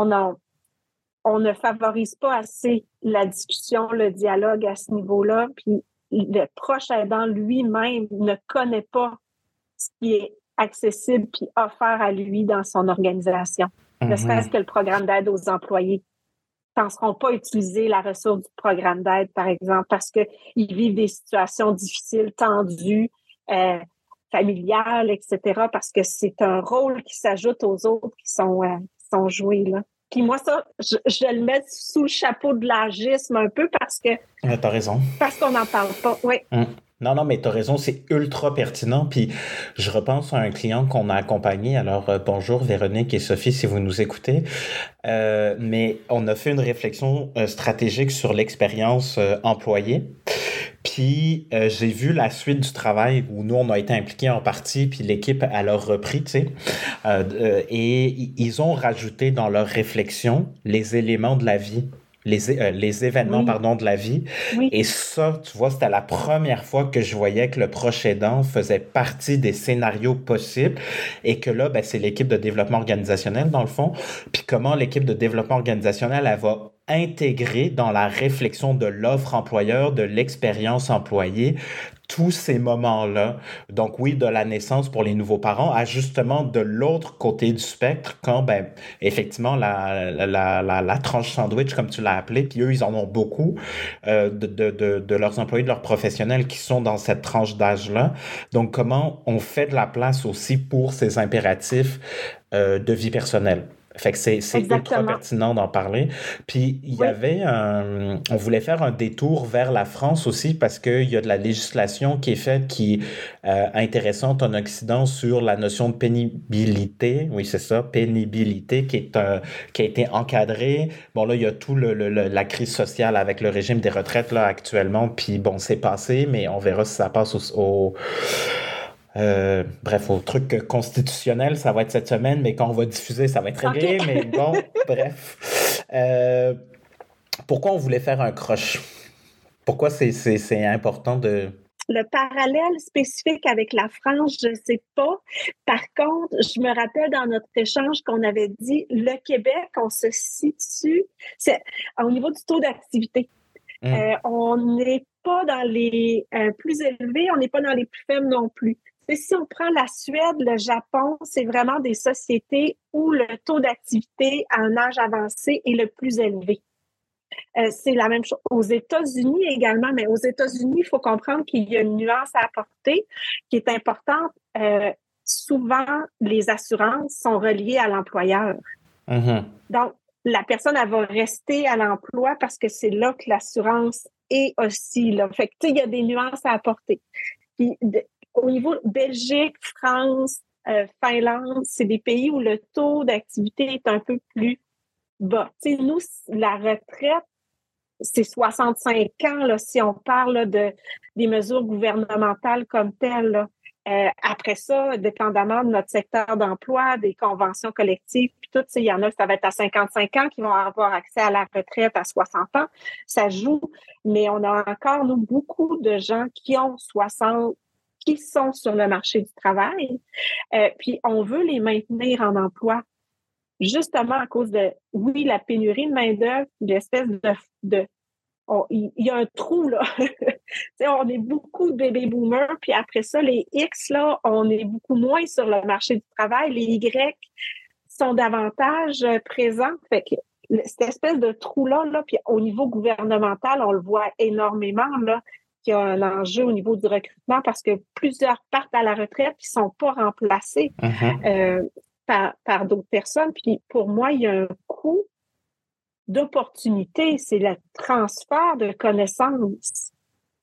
on ne favorise pas assez la discussion, le dialogue à ce niveau-là. Puis le proche aidant lui-même ne connaît pas ce qui est accessible puis offert à lui dans son organisation. Ne serait-ce Mhm. que le programme d'aide aux employés. Ils ne penseront pas utiliser la ressource du programme d'aide, par exemple, parce qu'ils vivent des situations difficiles, tendues, euh, familiales, etc., parce que c'est un rôle qui s'ajoute aux autres qui sont joués, là. Puis moi, ça, je le mets sous le chapeau de l'agisme un peu T'as raison. parce qu'on n'en parle pas. Oui, Mm. Non, non, mais t'as raison, c'est ultra pertinent. Puis je repense à un client qu'on a accompagné. Alors, bonjour Véronique et Sophie, si vous nous écoutez. Mais on a fait une réflexion stratégique sur l'expérience employée. Puis j'ai vu la suite du travail où nous, on a été impliqués en partie, puis l'équipe, elle a repris, tu sais. Et ils ont rajouté dans leur réflexion les éléments de la vie. Les événements, oui, pardon, de la vie. oui, Et ça, tu vois, c'était la première fois que je voyais que le proche aidant faisait partie des scénarios possibles et que là, ben, c'est l'équipe de développement organisationnel, dans le fond. Puis comment l'équipe de développement organisationnel, elle va intégrer dans la réflexion de l'offre employeur, de l'expérience employée, tous ces moments-là. Donc oui, de la naissance pour les nouveaux parents à justement de l'autre côté du spectre, quand ben effectivement la tranche sandwich, comme tu l'as appelé, puis eux, ils en ont beaucoup de leurs employés, de leurs professionnels qui sont dans cette tranche d'âge-là. Donc comment on fait de la place aussi pour ces impératifs de vie personnelle. Fait que c'est ultra exactement. pertinent d'en parler. Puis il y Oui, avait on voulait faire un détour vers la France aussi parce qu'il y a de la législation qui est faite qui est intéressante en Occident sur la notion de pénibilité. Oui, c'est ça, pénibilité qui a été encadrée. Bon, là, il y a tout la crise sociale avec le régime des retraites là actuellement. Puis bon, c'est passé, mais on verra si ça passe bref, au truc constitutionnel, ça va être cette semaine, mais quand on va diffuser, ça va être OK. réglé. Mais bon, bref. Pourquoi on voulait faire un croche? Pourquoi c'est important de... Le parallèle spécifique avec la France, je ne sais pas. Par contre, je me rappelle dans notre échange qu'on avait dit le Québec, on se situe au niveau du taux d'activité. Hum, On n'est pas dans les plus élevés, on n'est pas dans les plus faibles non plus. Et si on prend la Suède, le Japon, c'est vraiment des sociétés où le taux d'activité à un âge avancé est le plus élevé. C'est la même chose aux États-Unis également, mais aux États-Unis, il faut comprendre qu'il y a une nuance à apporter qui est importante. Souvent, les assurances sont reliées à l'employeur. mhm, Donc, la personne, elle va rester à l'emploi parce que c'est là que l'assurance est aussi là. Fait que, tu sais, il y a des nuances à apporter. Puis, au niveau Belgique, France, Finlande, c'est des pays où le taux d'activité est un peu plus bas. Tu sais, nous, la retraite, c'est 65 ans, là, si on parle là, des mesures gouvernementales comme telles. Là. Après ça, dépendamment de notre secteur d'emploi, des conventions collectives, puis tout, il y en a, ça va être à 55 ans qui vont avoir accès à la retraite à 60 ans. Ça joue, mais on a encore, nous, beaucoup de gens qui ont 60, qui sont sur le marché du travail, puis on veut les maintenir en emploi justement à cause de, oui, la pénurie de main-d'œuvre, l'espèce de il y a un trou, là. On est beaucoup de baby boomers, puis après ça, les X, là, on est beaucoup moins sur le marché du travail. Les Y sont davantage présents. Fait que cette espèce de trou-là, là, puis au niveau gouvernemental, on le voit énormément, là, qu'il y a un enjeu au niveau du recrutement parce que plusieurs partent à la retraite qui ne sont pas remplacés mhm. euh, par d'autres personnes. Puis pour moi, il y a un coût d'opportunité, c'est le transfert de connaissances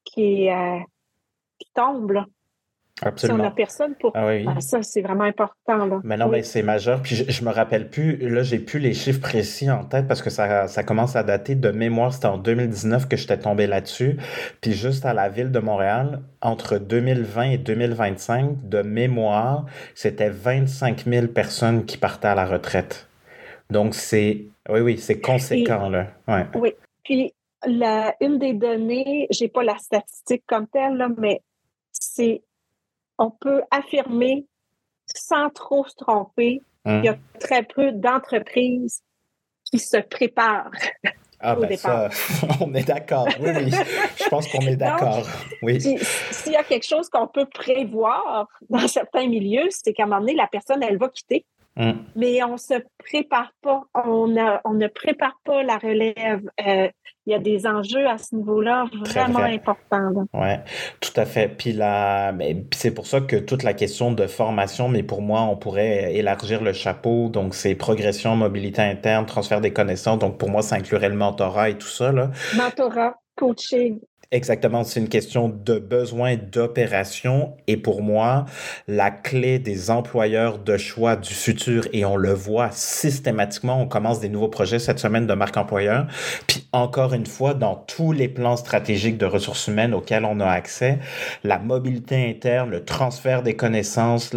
qui tombe, là. Si on n'a Absolument. personne pour... Ah oui, oui. ça, c'est vraiment important, là. Mais non, mais Oui, c'est majeur. Puis je me rappelle plus, là, j'ai plus les chiffres précis en tête parce que ça commence à dater de mémoire. C'était en 2019 que j'étais tombé là-dessus. Puis juste à la ville de Montréal, entre 2020 et 2025, de mémoire, c'était 25 000 personnes qui partaient à la retraite. Donc, oui, c'est Et conséquent, là. Ouais. oui, puis une des données, j'ai pas la statistique comme telle, là, mais c'est, on peut affirmer sans trop se tromper qu'il y a Hum. très peu d'entreprises qui se préparent Ah, au ben départ. ça, on est d'accord. Oui, oui, je pense qu'on est Donc, d'accord. Oui. puis, s'il y a quelque chose qu'on peut prévoir dans certains milieux, c'est qu'à un moment donné, la personne, elle va quitter. Hum. Mais on se prépare pas, on ne prépare pas la relève. Il y a des enjeux à ce niveau-là Très vraiment vrai. importants, là. Ouais, tout à fait. Puis là, mais c'est pour ça que toute la question de formation, mais pour moi, on pourrait élargir le chapeau. Donc, c'est progression, mobilité interne, transfert des connaissances. Donc, pour moi, ça inclurait le mentorat et tout ça, là. Mentorat, coaching. Exactement, c'est une question de besoin d'opération et pour moi, la clé des employeurs de choix du futur, et on le voit systématiquement, on commence des nouveaux projets cette semaine de marque employeur, puis encore une fois, dans tous les plans stratégiques de ressources humaines auxquels on a accès, la mobilité interne, le transfert des connaissances,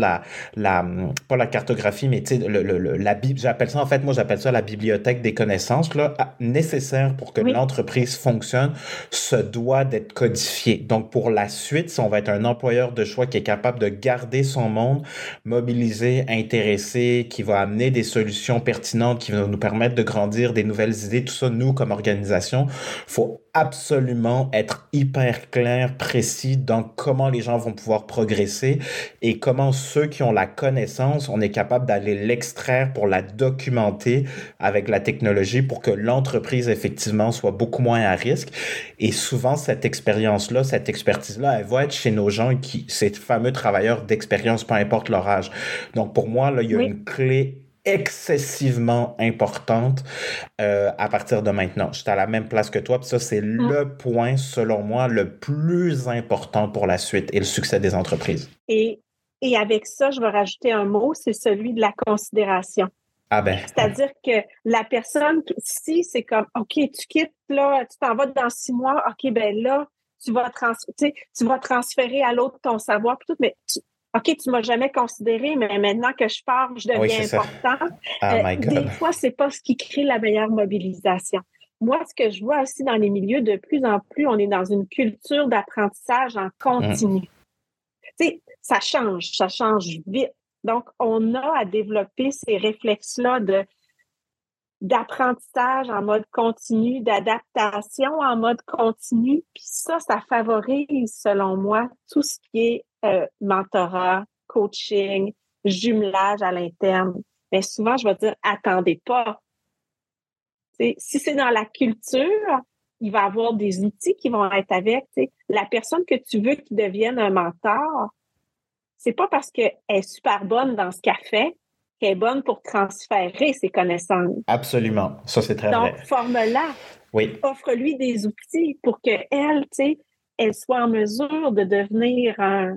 pas la cartographie, mais tu sais, j'appelle ça en fait, moi j'appelle ça la bibliothèque des connaissances, là, nécessaire pour que Oui, l'entreprise fonctionne se doit d'être codifié. Donc, pour la suite, si on va être un employeur de choix qui est capable de garder son monde, mobilisé, intéressé, qui va amener des solutions pertinentes, qui vont nous permettre de grandir des nouvelles idées, tout ça, nous, comme organisation, faut absolument être hyper clair, précis dans comment les gens vont pouvoir progresser et comment ceux qui ont la connaissance, on est capable d'aller l'extraire pour la documenter avec la technologie pour que l'entreprise, effectivement, soit beaucoup moins à risque. Et souvent, cette expérience-là, cette expertise-là, elle va être chez nos gens ces fameux travailleurs d'expérience, peu importe leur âge. Donc, pour moi, là, il y a oui. une clé excessivement importante à partir de maintenant. J'étais à la même place que toi, puis ça, c'est Mm. le point, selon moi, le plus important pour la suite et le succès des entreprises. Et, et avec ça, je vais rajouter un mot, c'est celui de la considération. Ah ben, ouais. C'est-à-dire que la personne, si c'est comme, OK, tu quittes, là, tu t'en vas dans 6 mois, OK, ben là, tu vas transférer à l'autre ton savoir, puis tout, mais OK, tu m'as jamais considéré, mais maintenant que je pars, je Oui, c'est deviens ça. important. Oh my Des God. fois, c'est pas ce qui crée la meilleure mobilisation. Moi, ce que je vois aussi dans les milieux, de plus en plus, on est dans une culture d'apprentissage en Mm. continu. Tu sais, ça change vite. Donc, on a à développer ces réflexes-là d'apprentissage en mode continu, d'adaptation en mode continu. Puis ça favorise, selon moi, tout ce qui est mentorat, coaching, jumelage à l'interne. Mais souvent, je vais dire, attendez pas. T'sais, si c'est dans la culture, il va y avoir des outils qui vont être avec. T'sais. La personne que tu veux qui devienne un mentor, c'est pas parce qu'elle est super bonne dans ce qu'elle fait qu'elle est bonne pour transférer ses connaissances. Absolument. Ça, c'est très Donc, vrai. forme-la, Oui. offre-lui des outils pour qu'elle, tu sais, elle soit en mesure de devenir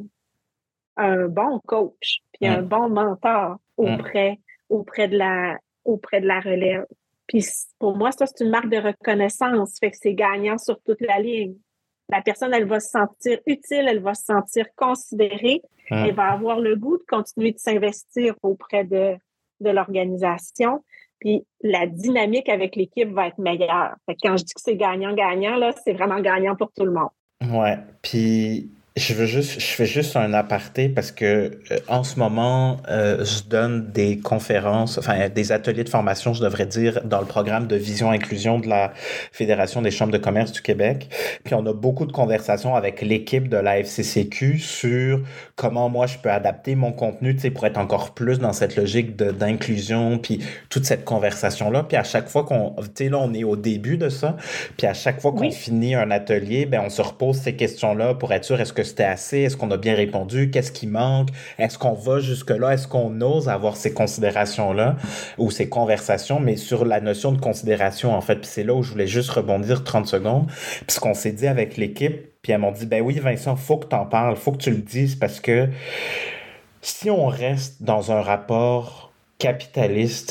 un bon coach, puis un Mm. bon mentor Mm. auprès auprès de la relève. Puis pour moi, ça, c'est une marque de reconnaissance. Fait que c'est gagnant sur toute la ligne. La personne, elle va se sentir utile, elle va se sentir considérée, elle va Mm. avoir le goût de continuer de s'investir auprès de l'organisation. Puis la dynamique avec l'équipe va être meilleure. Fait que quand je dis que c'est gagnant-gagnant, là, c'est vraiment gagnant pour tout le monde. Ouais, puis je fais juste un aparté parce que en ce moment, je donne des conférences, enfin des ateliers de formation, je devrais dire, dans le programme de Vision Inclusion de la Fédération des chambres de commerce du Québec. Puis on a beaucoup de conversations avec l'équipe de la FCCQ sur comment moi je peux adapter mon contenu, tu sais, pour être encore plus dans cette logique d'inclusion, puis toute cette conversation-là. Puis à chaque fois tu sais, là, on est au début de ça. Puis à chaque fois qu'on Oui, finit un atelier, ben on se repose ces questions-là pour être sûr, est-ce que c'était assez? Est-ce qu'on a bien répondu? Qu'est-ce qui manque? Est-ce qu'on va jusque-là? Est-ce qu'on ose avoir ces considérations-là ou ces conversations? Mais sur la notion de considération, en fait, puis c'est là où je voulais juste rebondir 30 secondes. Puis ce qu'on s'est dit avec l'équipe, puis elles m'ont dit, ben oui, Vincent, faut que t'en parles, faut que tu le dises parce que si on reste dans un rapport capitaliste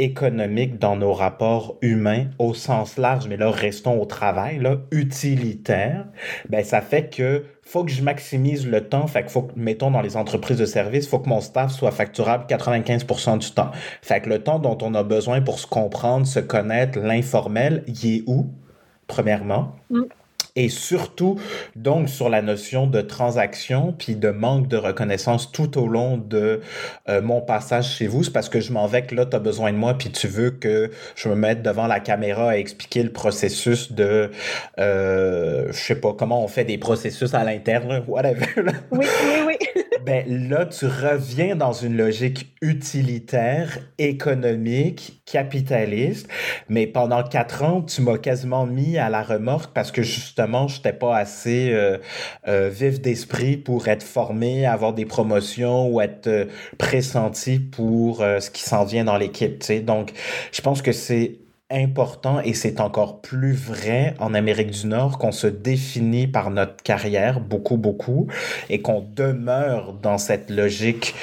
économique dans nos rapports humains au sens large, mais là, restons au travail, là, utilitaire, ben, ça fait que faut que je maximise le temps. Fait que faut que, mettons, dans les entreprises de services, faut que mon staff soit facturable 95% du temps. Fait que le temps dont on a besoin pour se comprendre, se connaître, l'informel, il est où, premièrement? Mm. Et surtout, donc, sur la notion de transaction, puis de manque de reconnaissance tout au long de mon passage chez vous, c'est parce que je m'en vais que là, tu as besoin de moi, puis tu veux que je me mette devant la caméra à expliquer le processus de, je sais pas, comment on fait des processus à l'interne, whatever. Oui, oui, oui. Ben là, tu reviens dans une logique utilitaire, économique, capitaliste, mais pendant 4 ans, tu m'as quasiment mis à la remorque parce que justement, je n'étais pas assez vif d'esprit pour être formé, avoir des promotions ou être pressenti pour ce qui s'en vient dans l'équipe, tu sais. Donc, je pense que c'est important et c'est encore plus vrai en Amérique du Nord qu'on se définit par notre carrière beaucoup, beaucoup et qu'on demeure dans cette logique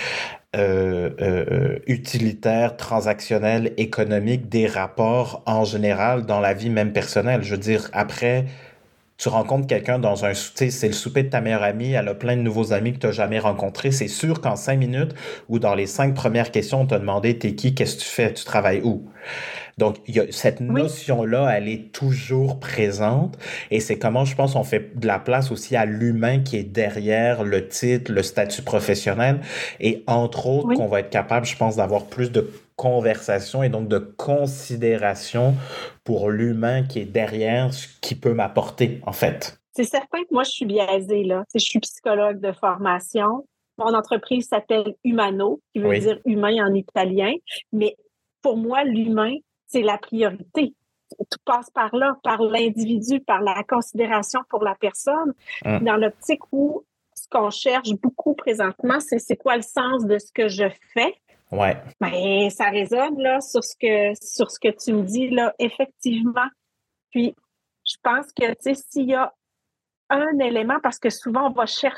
utilitaire, transactionnelle, économique des rapports en général dans la vie même personnelle. Je veux dire, après, tu rencontres quelqu'un dans un souper, c'est le souper de ta meilleure amie, elle a plein de nouveaux amis que tu n'as jamais rencontrés. C'est sûr qu'en 5 minutes ou dans les 5 premières questions, on t'a demandé t'es qui, qu'est-ce que tu fais, tu travailles où? Donc, il y a cette Oui, notion-là, elle est toujours présente et c'est comment, je pense, on fait de la place aussi à l'humain qui est derrière le titre, le statut professionnel et entre autres oui. qu'on va être capable, je pense, d'avoir plus de conversation et donc de considération pour l'humain qui est derrière ce qui peut m'apporter, en fait. C'est certain que moi, je suis biaisée, là. Tu sais, je suis psychologue de formation. Mon entreprise s'appelle Humano, qui veut Oui. dire humain en italien. Mais pour moi, l'humain, c'est la priorité. Tout passe par là, par l'individu, par la considération pour la personne. Hum. Dans l'optique où ce qu'on cherche beaucoup présentement, c'est quoi le sens de ce que je fais. Ouais. Ben, ça résonne là sur ce que tu me dis là, effectivement. Puis, je pense que, tu sais, s'il y a un élément, parce que souvent,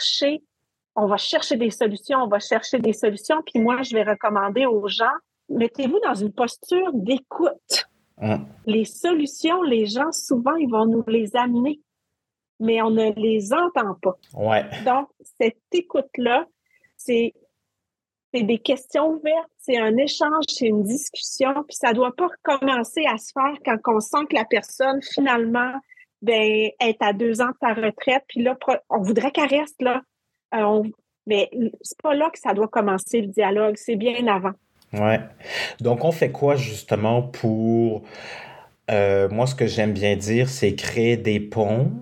on va chercher des solutions, puis moi, je vais recommander aux gens, mettez-vous dans une posture d'écoute. Hum. Les solutions, les gens, souvent, ils vont nous les amener, mais on ne les entend pas. Ouais. Donc, cette écoute-là, c'est des questions ouvertes, c'est un échange, c'est une discussion, puis ça doit pas commencer à se faire quand on sent que la personne, finalement, ben, est à 2 ans de sa retraite, puis là, on voudrait qu'elle reste là. Mais c'est pas là que ça doit commencer le dialogue, c'est bien avant. Ouais. Donc, on fait quoi justement pour... moi, ce que j'aime bien dire, c'est créer des ponts.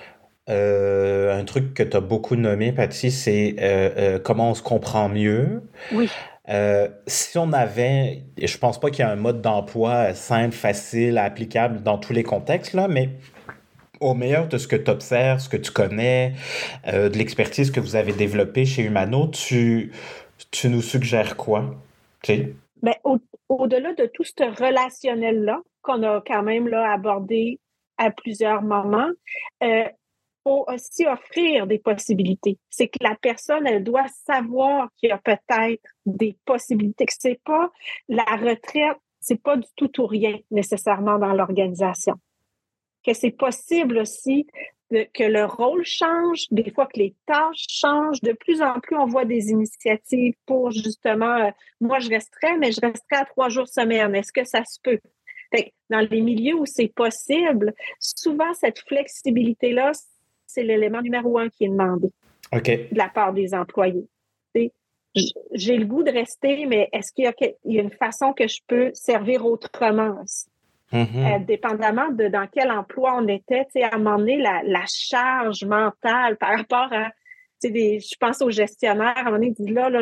Un truc que tu as beaucoup nommé, Patty, c'est comment on se comprend mieux. Oui. Si on avait, et je pense pas qu'il y a un mode d'emploi simple, facile, applicable dans tous les contextes, là, mais au meilleur de ce que tu observes, ce que tu connais, de l'expertise que vous avez développée chez Humano, tu nous suggères quoi? Tu sais? Ben, au-delà de tout ce relationnel-là, qu'on a quand même là, abordé à plusieurs moments, faut aussi offrir des possibilités. C'est que la personne, elle doit savoir qu'il y a peut-être des possibilités, que c'est pas la retraite, c'est pas du tout ou rien nécessairement dans l'organisation. Que c'est possible aussi que le rôle change, des fois que les tâches changent. De plus en plus, on voit des initiatives pour justement, moi je resterai, mais je resterai à 3 jours semaine. Est-ce que ça se peut? Fait que dans les milieux où c'est possible, souvent cette flexibilité-là, c'est l'élément numéro 1 qui est demandé OK. de la part des employés. C'est, j'ai le goût de rester, mais est-ce qu'il y a une façon que je peux servir autrement aussi? Mhm. Dépendamment de dans quel emploi on était, tu sais, à un moment donné, la charge mentale par rapport à, tu sais, je pense aux gestionnaires, à un moment donné, ils disent là,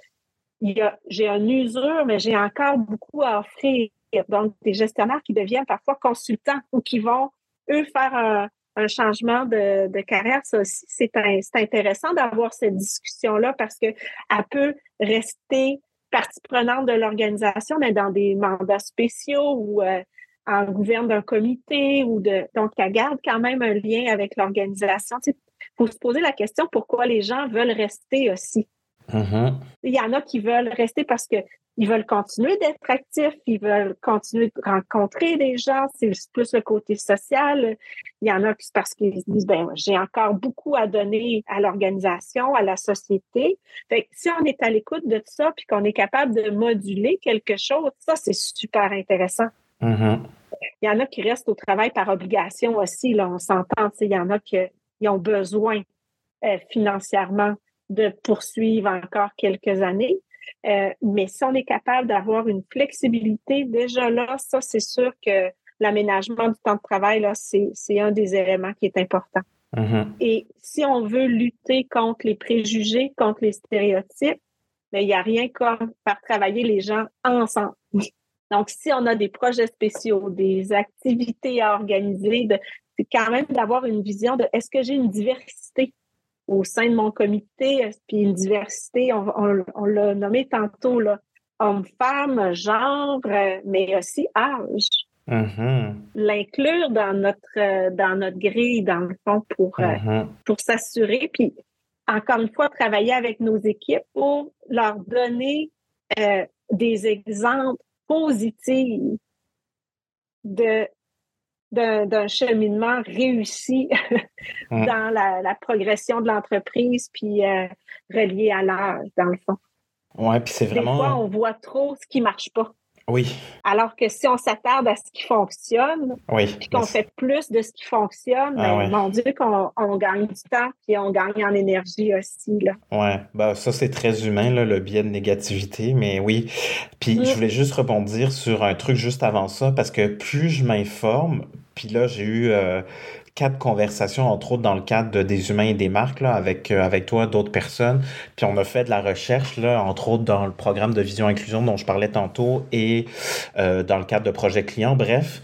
j'ai un usure, mais j'ai encore beaucoup à offrir. Donc, des gestionnaires qui deviennent parfois consultants ou qui vont, eux, faire un changement de carrière. Ça aussi, c'est intéressant d'avoir cette discussion-là parce qu'elle peut rester partie prenante de l'organisation, mais dans des mandats spéciaux ou en gouverne d'un comité donc elle garde quand même un lien avec l'organisation. Il faut se poser la question pourquoi les gens veulent rester aussi. Mhm. Il y en a qui veulent rester parce que ils veulent continuer d'être actifs, ils veulent continuer de rencontrer des gens, c'est plus le côté social. Il y en a qui c'est parce qu'ils se disent, ben, j'ai encore beaucoup à donner à l'organisation, à la société. Fait que si on est à l'écoute de ça, puis qu'on est capable de moduler quelque chose, ça, c'est super intéressant. Mhm. Il y en a qui restent au travail par obligation aussi, là, on s'entend. Il y en a qui ont besoin financièrement de poursuivre encore quelques années. Mais si on est capable d'avoir une flexibilité, déjà là, ça, c'est sûr que l'aménagement du temps de travail, là, c'est un des éléments qui est important. Mhm. Et si on veut lutter contre les préjugés, contre les stéréotypes, mais il n'y a rien comme faire travailler les gens ensemble. Donc, si on a des projets spéciaux, des activités à organiser, c'est quand même d'avoir une vision de est-ce que j'ai une diversité au sein de mon comité, puis une diversité, on l'a nommé tantôt, là, homme-femme, genre, mais aussi âge. Mhm. L'inclure dans notre grille, dans le fond, Mhm. pour s'assurer. Puis, encore une fois, travailler avec nos équipes pour leur donner des exemples positifs de, d'un cheminement réussi Mhm. dans la progression de l'entreprise, puis relié à l'âge, dans le fond. Ouais, puis c'est Des fois, vraiment... on voit trop ce qui marche pas. Oui, Alors que si on s'attarde à ce qui fonctionne, oui. puis qu'on fait plus de ce qui fonctionne, Ah mais ouais. mon Dieu, qu'on gagne du temps, puis on gagne en énergie aussi, là. Ouais, bah ça c'est très humain là, le biais de négativité, mais oui. Puis je Mm, voulais juste rebondir sur un truc juste avant ça parce que plus je m'informe, puis là j'ai eu quatre conversations entre autres dans le cadre des humains et des marques là avec toi d'autres personnes, puis on a fait de la recherche là entre autres dans le programme de vision inclusion dont je parlais tantôt et dans le cadre de projets clients. Bref,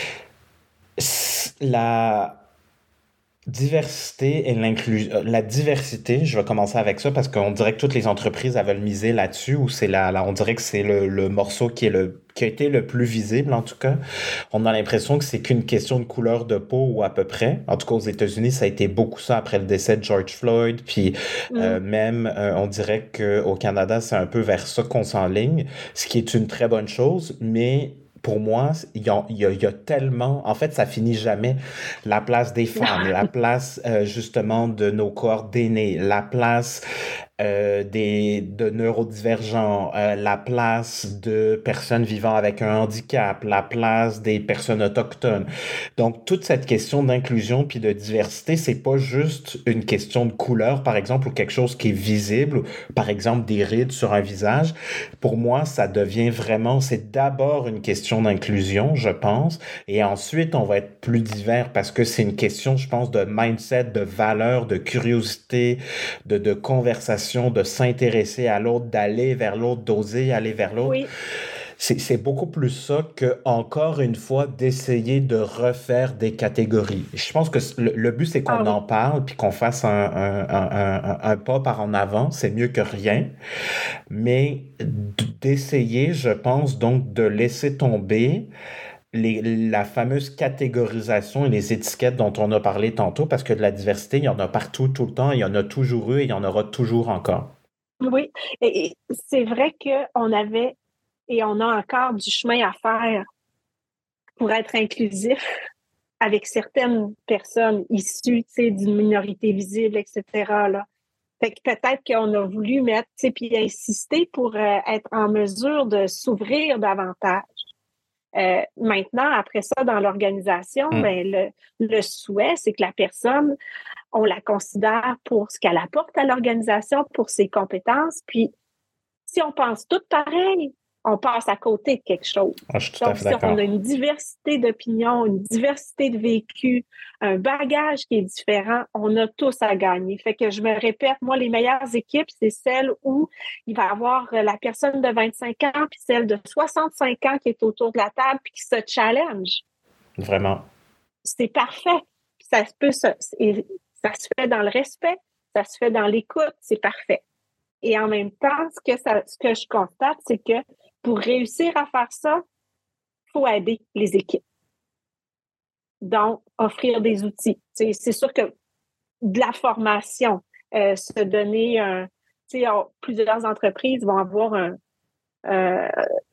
la diversité et l'inclusion, la diversité, je vais commencer avec ça parce qu'on dirait que toutes les entreprises elles veulent miser là-dessus ou c'est on dirait que c'est le morceau qui a été le plus visible en tout cas. On a l'impression que c'est qu'une question de couleur de peau ou à peu près. En tout cas aux États-Unis, ça a été beaucoup ça après le décès de George Floyd, puis mm. même on dirait que au Canada, c'est un peu vers ça qu'on s'enligne, ce qui est une très bonne chose, mais pour moi, il y a tellement, en fait, ça finit jamais la place des femmes, la place justement de nos corps d'aînés, la place de neurodivergents, la place de personnes vivant avec un handicap, la place des personnes autochtones. Donc, toute cette question d'inclusion puis de diversité, c'est pas juste une question de couleur, par exemple, ou quelque chose qui est visible, par exemple des rides sur un visage. Pour moi, ça devient vraiment, c'est d'abord une question d'inclusion, je pense, et ensuite, on va être plus divers parce que c'est une question, je pense, de mindset, de valeur, de curiosité, de conversation, de s'intéresser à l'autre, d'aller vers l'autre, d'oser aller vers l'autre. Oui. C'est beaucoup plus ça que, encore une fois, d'essayer de refaire des catégories. Je pense que le but, c'est Ah qu'on en oui. parle puis qu'on fasse un pas par en avant. C'est mieux que rien. Mais d'essayer, je pense, donc de laisser tomber la fameuse catégorisation et les étiquettes dont on a parlé tantôt, parce que de la diversité, il y en a partout, tout le temps, il y en a toujours eu et il y en aura toujours encore. Oui. Et c'est vrai qu'on avait et on a encore du chemin à faire pour être inclusif avec certaines personnes issues, tu sais, d'une minorité visible, etc., là. Fait que peut-être qu'on a voulu mettre, tu sais, puis insister pour être en mesure de s'ouvrir davantage. Maintenant, après ça, dans l'organisation, Mm. ben, le souhait, c'est que la personne, on la considère pour ce qu'elle apporte à l'organisation, pour ses compétences. Puis, si on pense tout pareil, on passe à côté de quelque chose. Ah, je suis tout à Donc, fait si on a d'accord. une diversité d'opinions, une diversité de vécus, un bagage qui est différent, on a tous à gagner. Fait que je me répète, moi, les meilleures équipes, c'est celles où il va y avoir la personne de 25 ans puis celle de 65 ans qui est autour de la table puis qui se challenge. Vraiment. C'est parfait. Ça ça se fait dans le respect, ça se fait dans l'écoute, c'est parfait. Et en même temps, ce que je constate, c'est que pour réussir à faire ça, il faut aider les équipes. Donc, offrir des outils. C'est sûr que de la formation, se donner plusieurs entreprises vont avoir euh,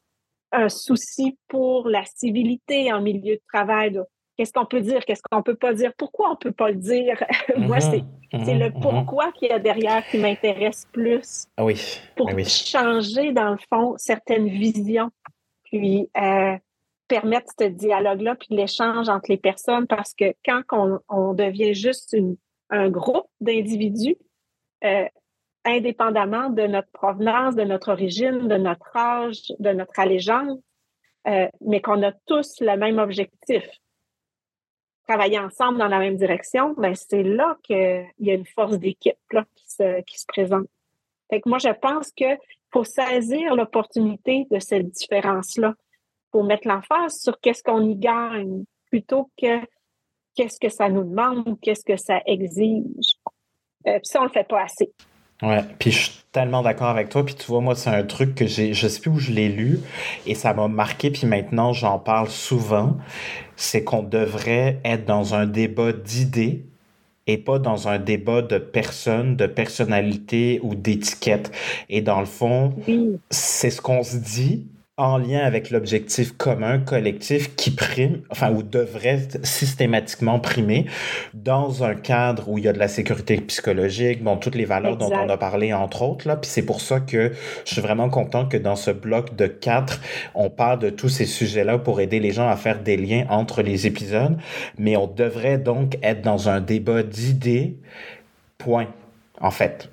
un souci pour la civilité en milieu de travail. Là. Qu'est-ce qu'on peut dire? Qu'est-ce qu'on peut pas dire? Pourquoi on peut pas le dire? Moi, Mhm, c'est le mhm, mhm. pourquoi qu'il y a derrière qui m'intéresse plus Ah oui, pour oui, oui. changer, dans le fond, certaines visions, puis permettre ce dialogue-là, puis l'échange entre les personnes, parce que quand on devient juste un groupe d'individus, euh, indépendamment de notre provenance, de notre origine, de notre âge, de notre allégeance, mais qu'on a tous le même objectif, travailler ensemble dans la même direction, ben c'est là qu'il y a une force d'équipe là, qui se présente. Fait que moi, je pense qu'il faut saisir l'opportunité de cette différence-là pour mettre l'emphase sur qu'est-ce qu'on y gagne plutôt que qu'est-ce que ça nous demande ou qu'est-ce que ça exige. Puis ça, on le fait pas assez. Ouais, puis je suis tellement d'accord avec toi. Puis tu vois, moi, c'est un truc que je sais plus où je l'ai lu et ça m'a marqué. Puis maintenant, j'en parle souvent. C'est qu'on devrait être dans un débat d'idées et pas dans un débat de personnes, de personnalités ou d'étiquettes. Et dans le fond, Oui, c'est ce qu'on se dit en lien avec l'objectif commun, collectif, qui prime, enfin, ou devrait systématiquement primer dans un cadre où il y a de la sécurité psychologique, bon, toutes les valeurs dont on exact. a parlé, entre autres, là. Puis c'est pour ça que je suis vraiment content que dans ce bloc de 4, on parle de tous ces sujets-là pour aider les gens à faire des liens entre les épisodes. Mais on devrait donc être dans un débat d'idées, point, en fait.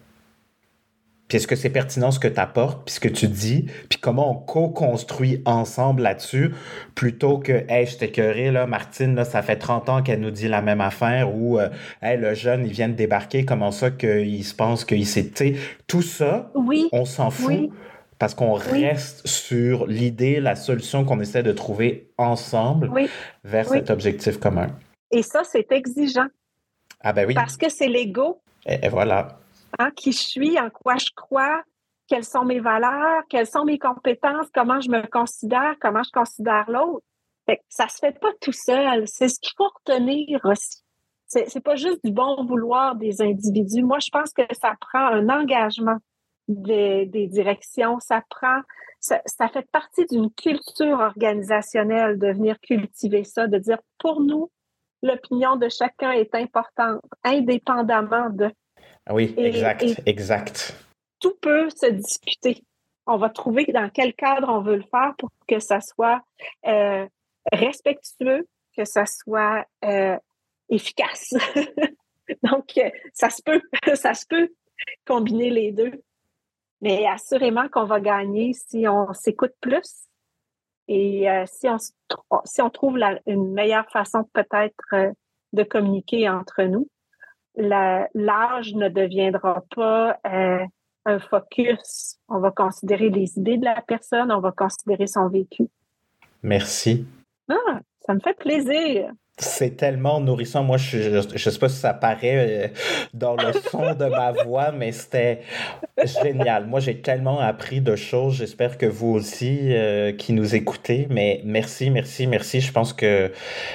Puis est-ce que c'est pertinent ce que tu apportes, puis ce que tu dis, puis comment on co-construit ensemble là-dessus, plutôt que, hey, je t'écœurais, là, Martine, là, ça fait 30 ans qu'elle nous dit la même affaire, ou, hey, le jeune, il vient de débarquer, comment ça qu'il se pense qu'il sait, tu sais, tout ça, Oui, on s'en fout, oui, parce qu'on oui, reste sur l'idée, la solution qu'on essaie de trouver ensemble oui, vers oui. cet objectif commun. Et ça, c'est exigeant Ah ben oui, parce que c'est l'ego, et voilà. hein, qui je suis, en quoi je crois, quelles sont mes valeurs, quelles sont mes compétences, comment je me considère, comment je considère l'autre. Fait que ça se fait pas tout seul. C'est ce qu'il faut retenir aussi. C'est pas juste du bon vouloir des individus. Moi, je pense que ça prend un engagement des directions. Ça fait partie d'une culture organisationnelle de venir cultiver ça, de dire pour nous, l'opinion de chacun est importante, indépendamment de. Ah oui, Et exact, exact. tout peut se discuter. On va trouver dans quel cadre on veut le faire pour que ça soit euh, respectueux, que ça soit efficace. Donc, ça se peut, ça se peut combiner les deux. Mais assurément qu'on va gagner si on s'écoute plus et si on trouve une meilleure façon peut-être de communiquer entre nous. L'âge ne deviendra pas un focus. On va considérer les idées de la personne, on va considérer son vécu. Merci. Ah, ça me fait plaisir. C'est tellement nourrissant. Moi, je sais pas si ça paraît dans le son de ma voix, mais c'était génial. Moi, j'ai tellement appris de choses. J'espère que vous aussi, qui nous écoutez. Mais merci, merci, merci. Je pense que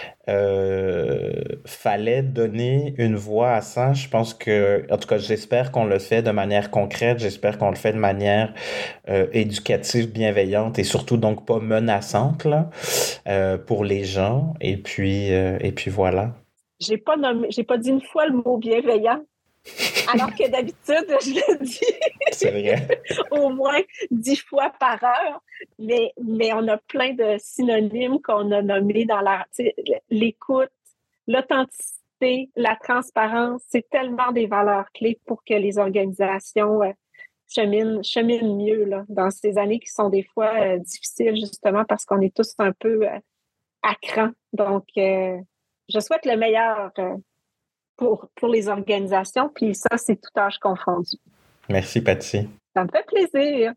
fallait donner une voix à ça. Je pense que, en tout cas, j'espère qu'on le fait de manière concrète. J'espère qu'on le fait de manière éducative, bienveillante et surtout donc pas menaçante là, pour les gens. Et puis voilà. J'ai pas dit une fois le mot bienveillant, alors que d'habitude, je le dis C'est vrai. au moins 10 fois par heure. Mais on a plein de synonymes qu'on a nommés dans l'écoute, l'authenticité, la transparence. C'est tellement des valeurs clés pour que les organisations cheminent mieux là, dans ces années qui sont des fois difficiles, justement parce qu'on est tous un peu à cran. Donc, je souhaite le meilleur pour les organisations, puis ça, c'est tout âge confondu. Merci, Patsy. Ça me fait plaisir.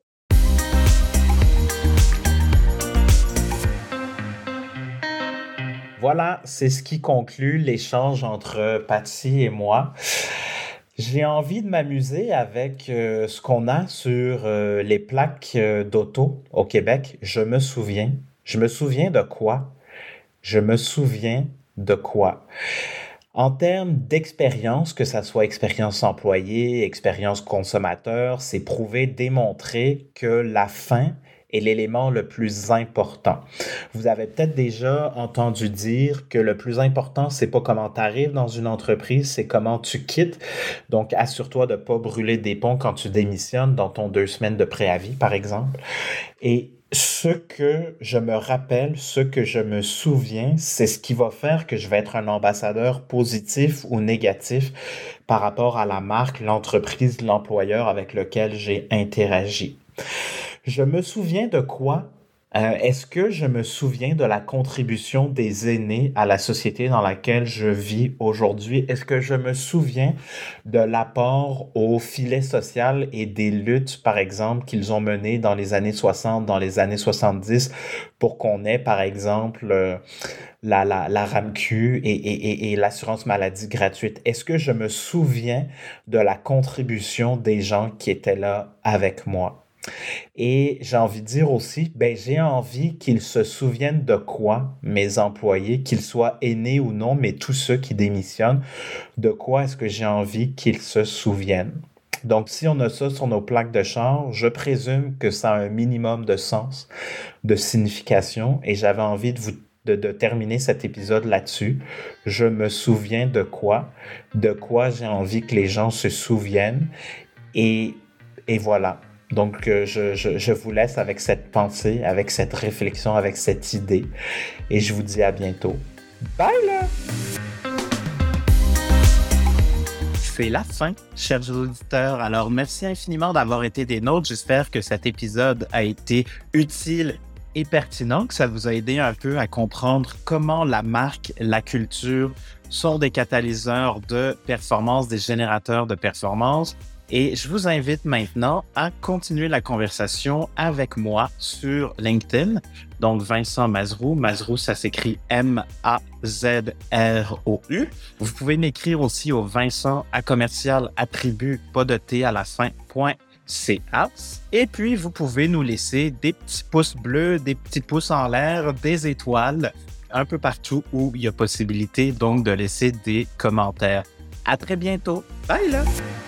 Voilà, c'est ce qui conclut l'échange entre Patsy et moi. J'ai envie de m'amuser avec ce qu'on a sur les plaques d'auto au Québec. Je me souviens. Je me souviens de quoi? Je me souviens de quoi? En termes d'expérience, que ça soit expérience employée, expérience consommateur, c'est prouvé, démontré que la fin est l'élément le plus important. Vous avez peut-être déjà entendu dire que le plus important, c'est pas comment tu arrives dans une entreprise, c'est comment tu quittes. Donc, assure-toi de pas brûler des ponts quand tu démissionnes dans ton 2 semaines de préavis, par exemple. Et ce que je me rappelle, ce que je me souviens, c'est ce qui va faire que je vais être un ambassadeur positif ou négatif par rapport à la marque, l'entreprise, l'employeur avec lequel j'ai interagi. Je me souviens de quoi? Est-ce que je me souviens de la contribution des aînés à la société dans laquelle je vis aujourd'hui? Est-ce que je me souviens de l'apport au filet social et des luttes, par exemple, qu'ils ont menées dans les années 60, dans les années 70, pour qu'on ait, par exemple, la RAMQ et l'assurance maladie gratuite? Est-ce que je me souviens de la contribution des gens qui étaient là avec moi? Et j'ai envie de dire aussi, ben, j'ai envie qu'ils se souviennent de quoi, mes employés, qu'ils soient aînés ou non, mais tous ceux qui démissionnent, de quoi est-ce que j'ai envie qu'ils se souviennent? Donc, si on a ça sur nos plaques de char, je présume que ça a un minimum de sens, de signification, et j'avais envie de terminer cet épisode là-dessus. Je me souviens de quoi j'ai envie que les gens se souviennent, et, et voilà. Donc, je vous laisse avec cette pensée, avec cette réflexion, avec cette idée. Et je vous dis à bientôt. Bye là! C'est la fin, chers auditeurs. Alors, merci infiniment d'avoir été des nôtres. J'espère que cet épisode a été utile et pertinent, que ça vous a aidé un peu à comprendre comment la marque, la culture sont des catalyseurs de performance, des générateurs de performance. Et je vous invite maintenant à continuer la conversation avec moi sur LinkedIn. Donc, Vincent Mazeroux. Mazeroux, ça s'écrit M-A-Z-R-O-U. Vous pouvez m'écrire aussi au Vincent@attribut, pas de T à la fin, .ca. Et puis, vous pouvez nous laisser des petits pouces bleus, des petits pouces en l'air, des étoiles, un peu partout où il y a possibilité donc de laisser des commentaires. À très bientôt. Bye là!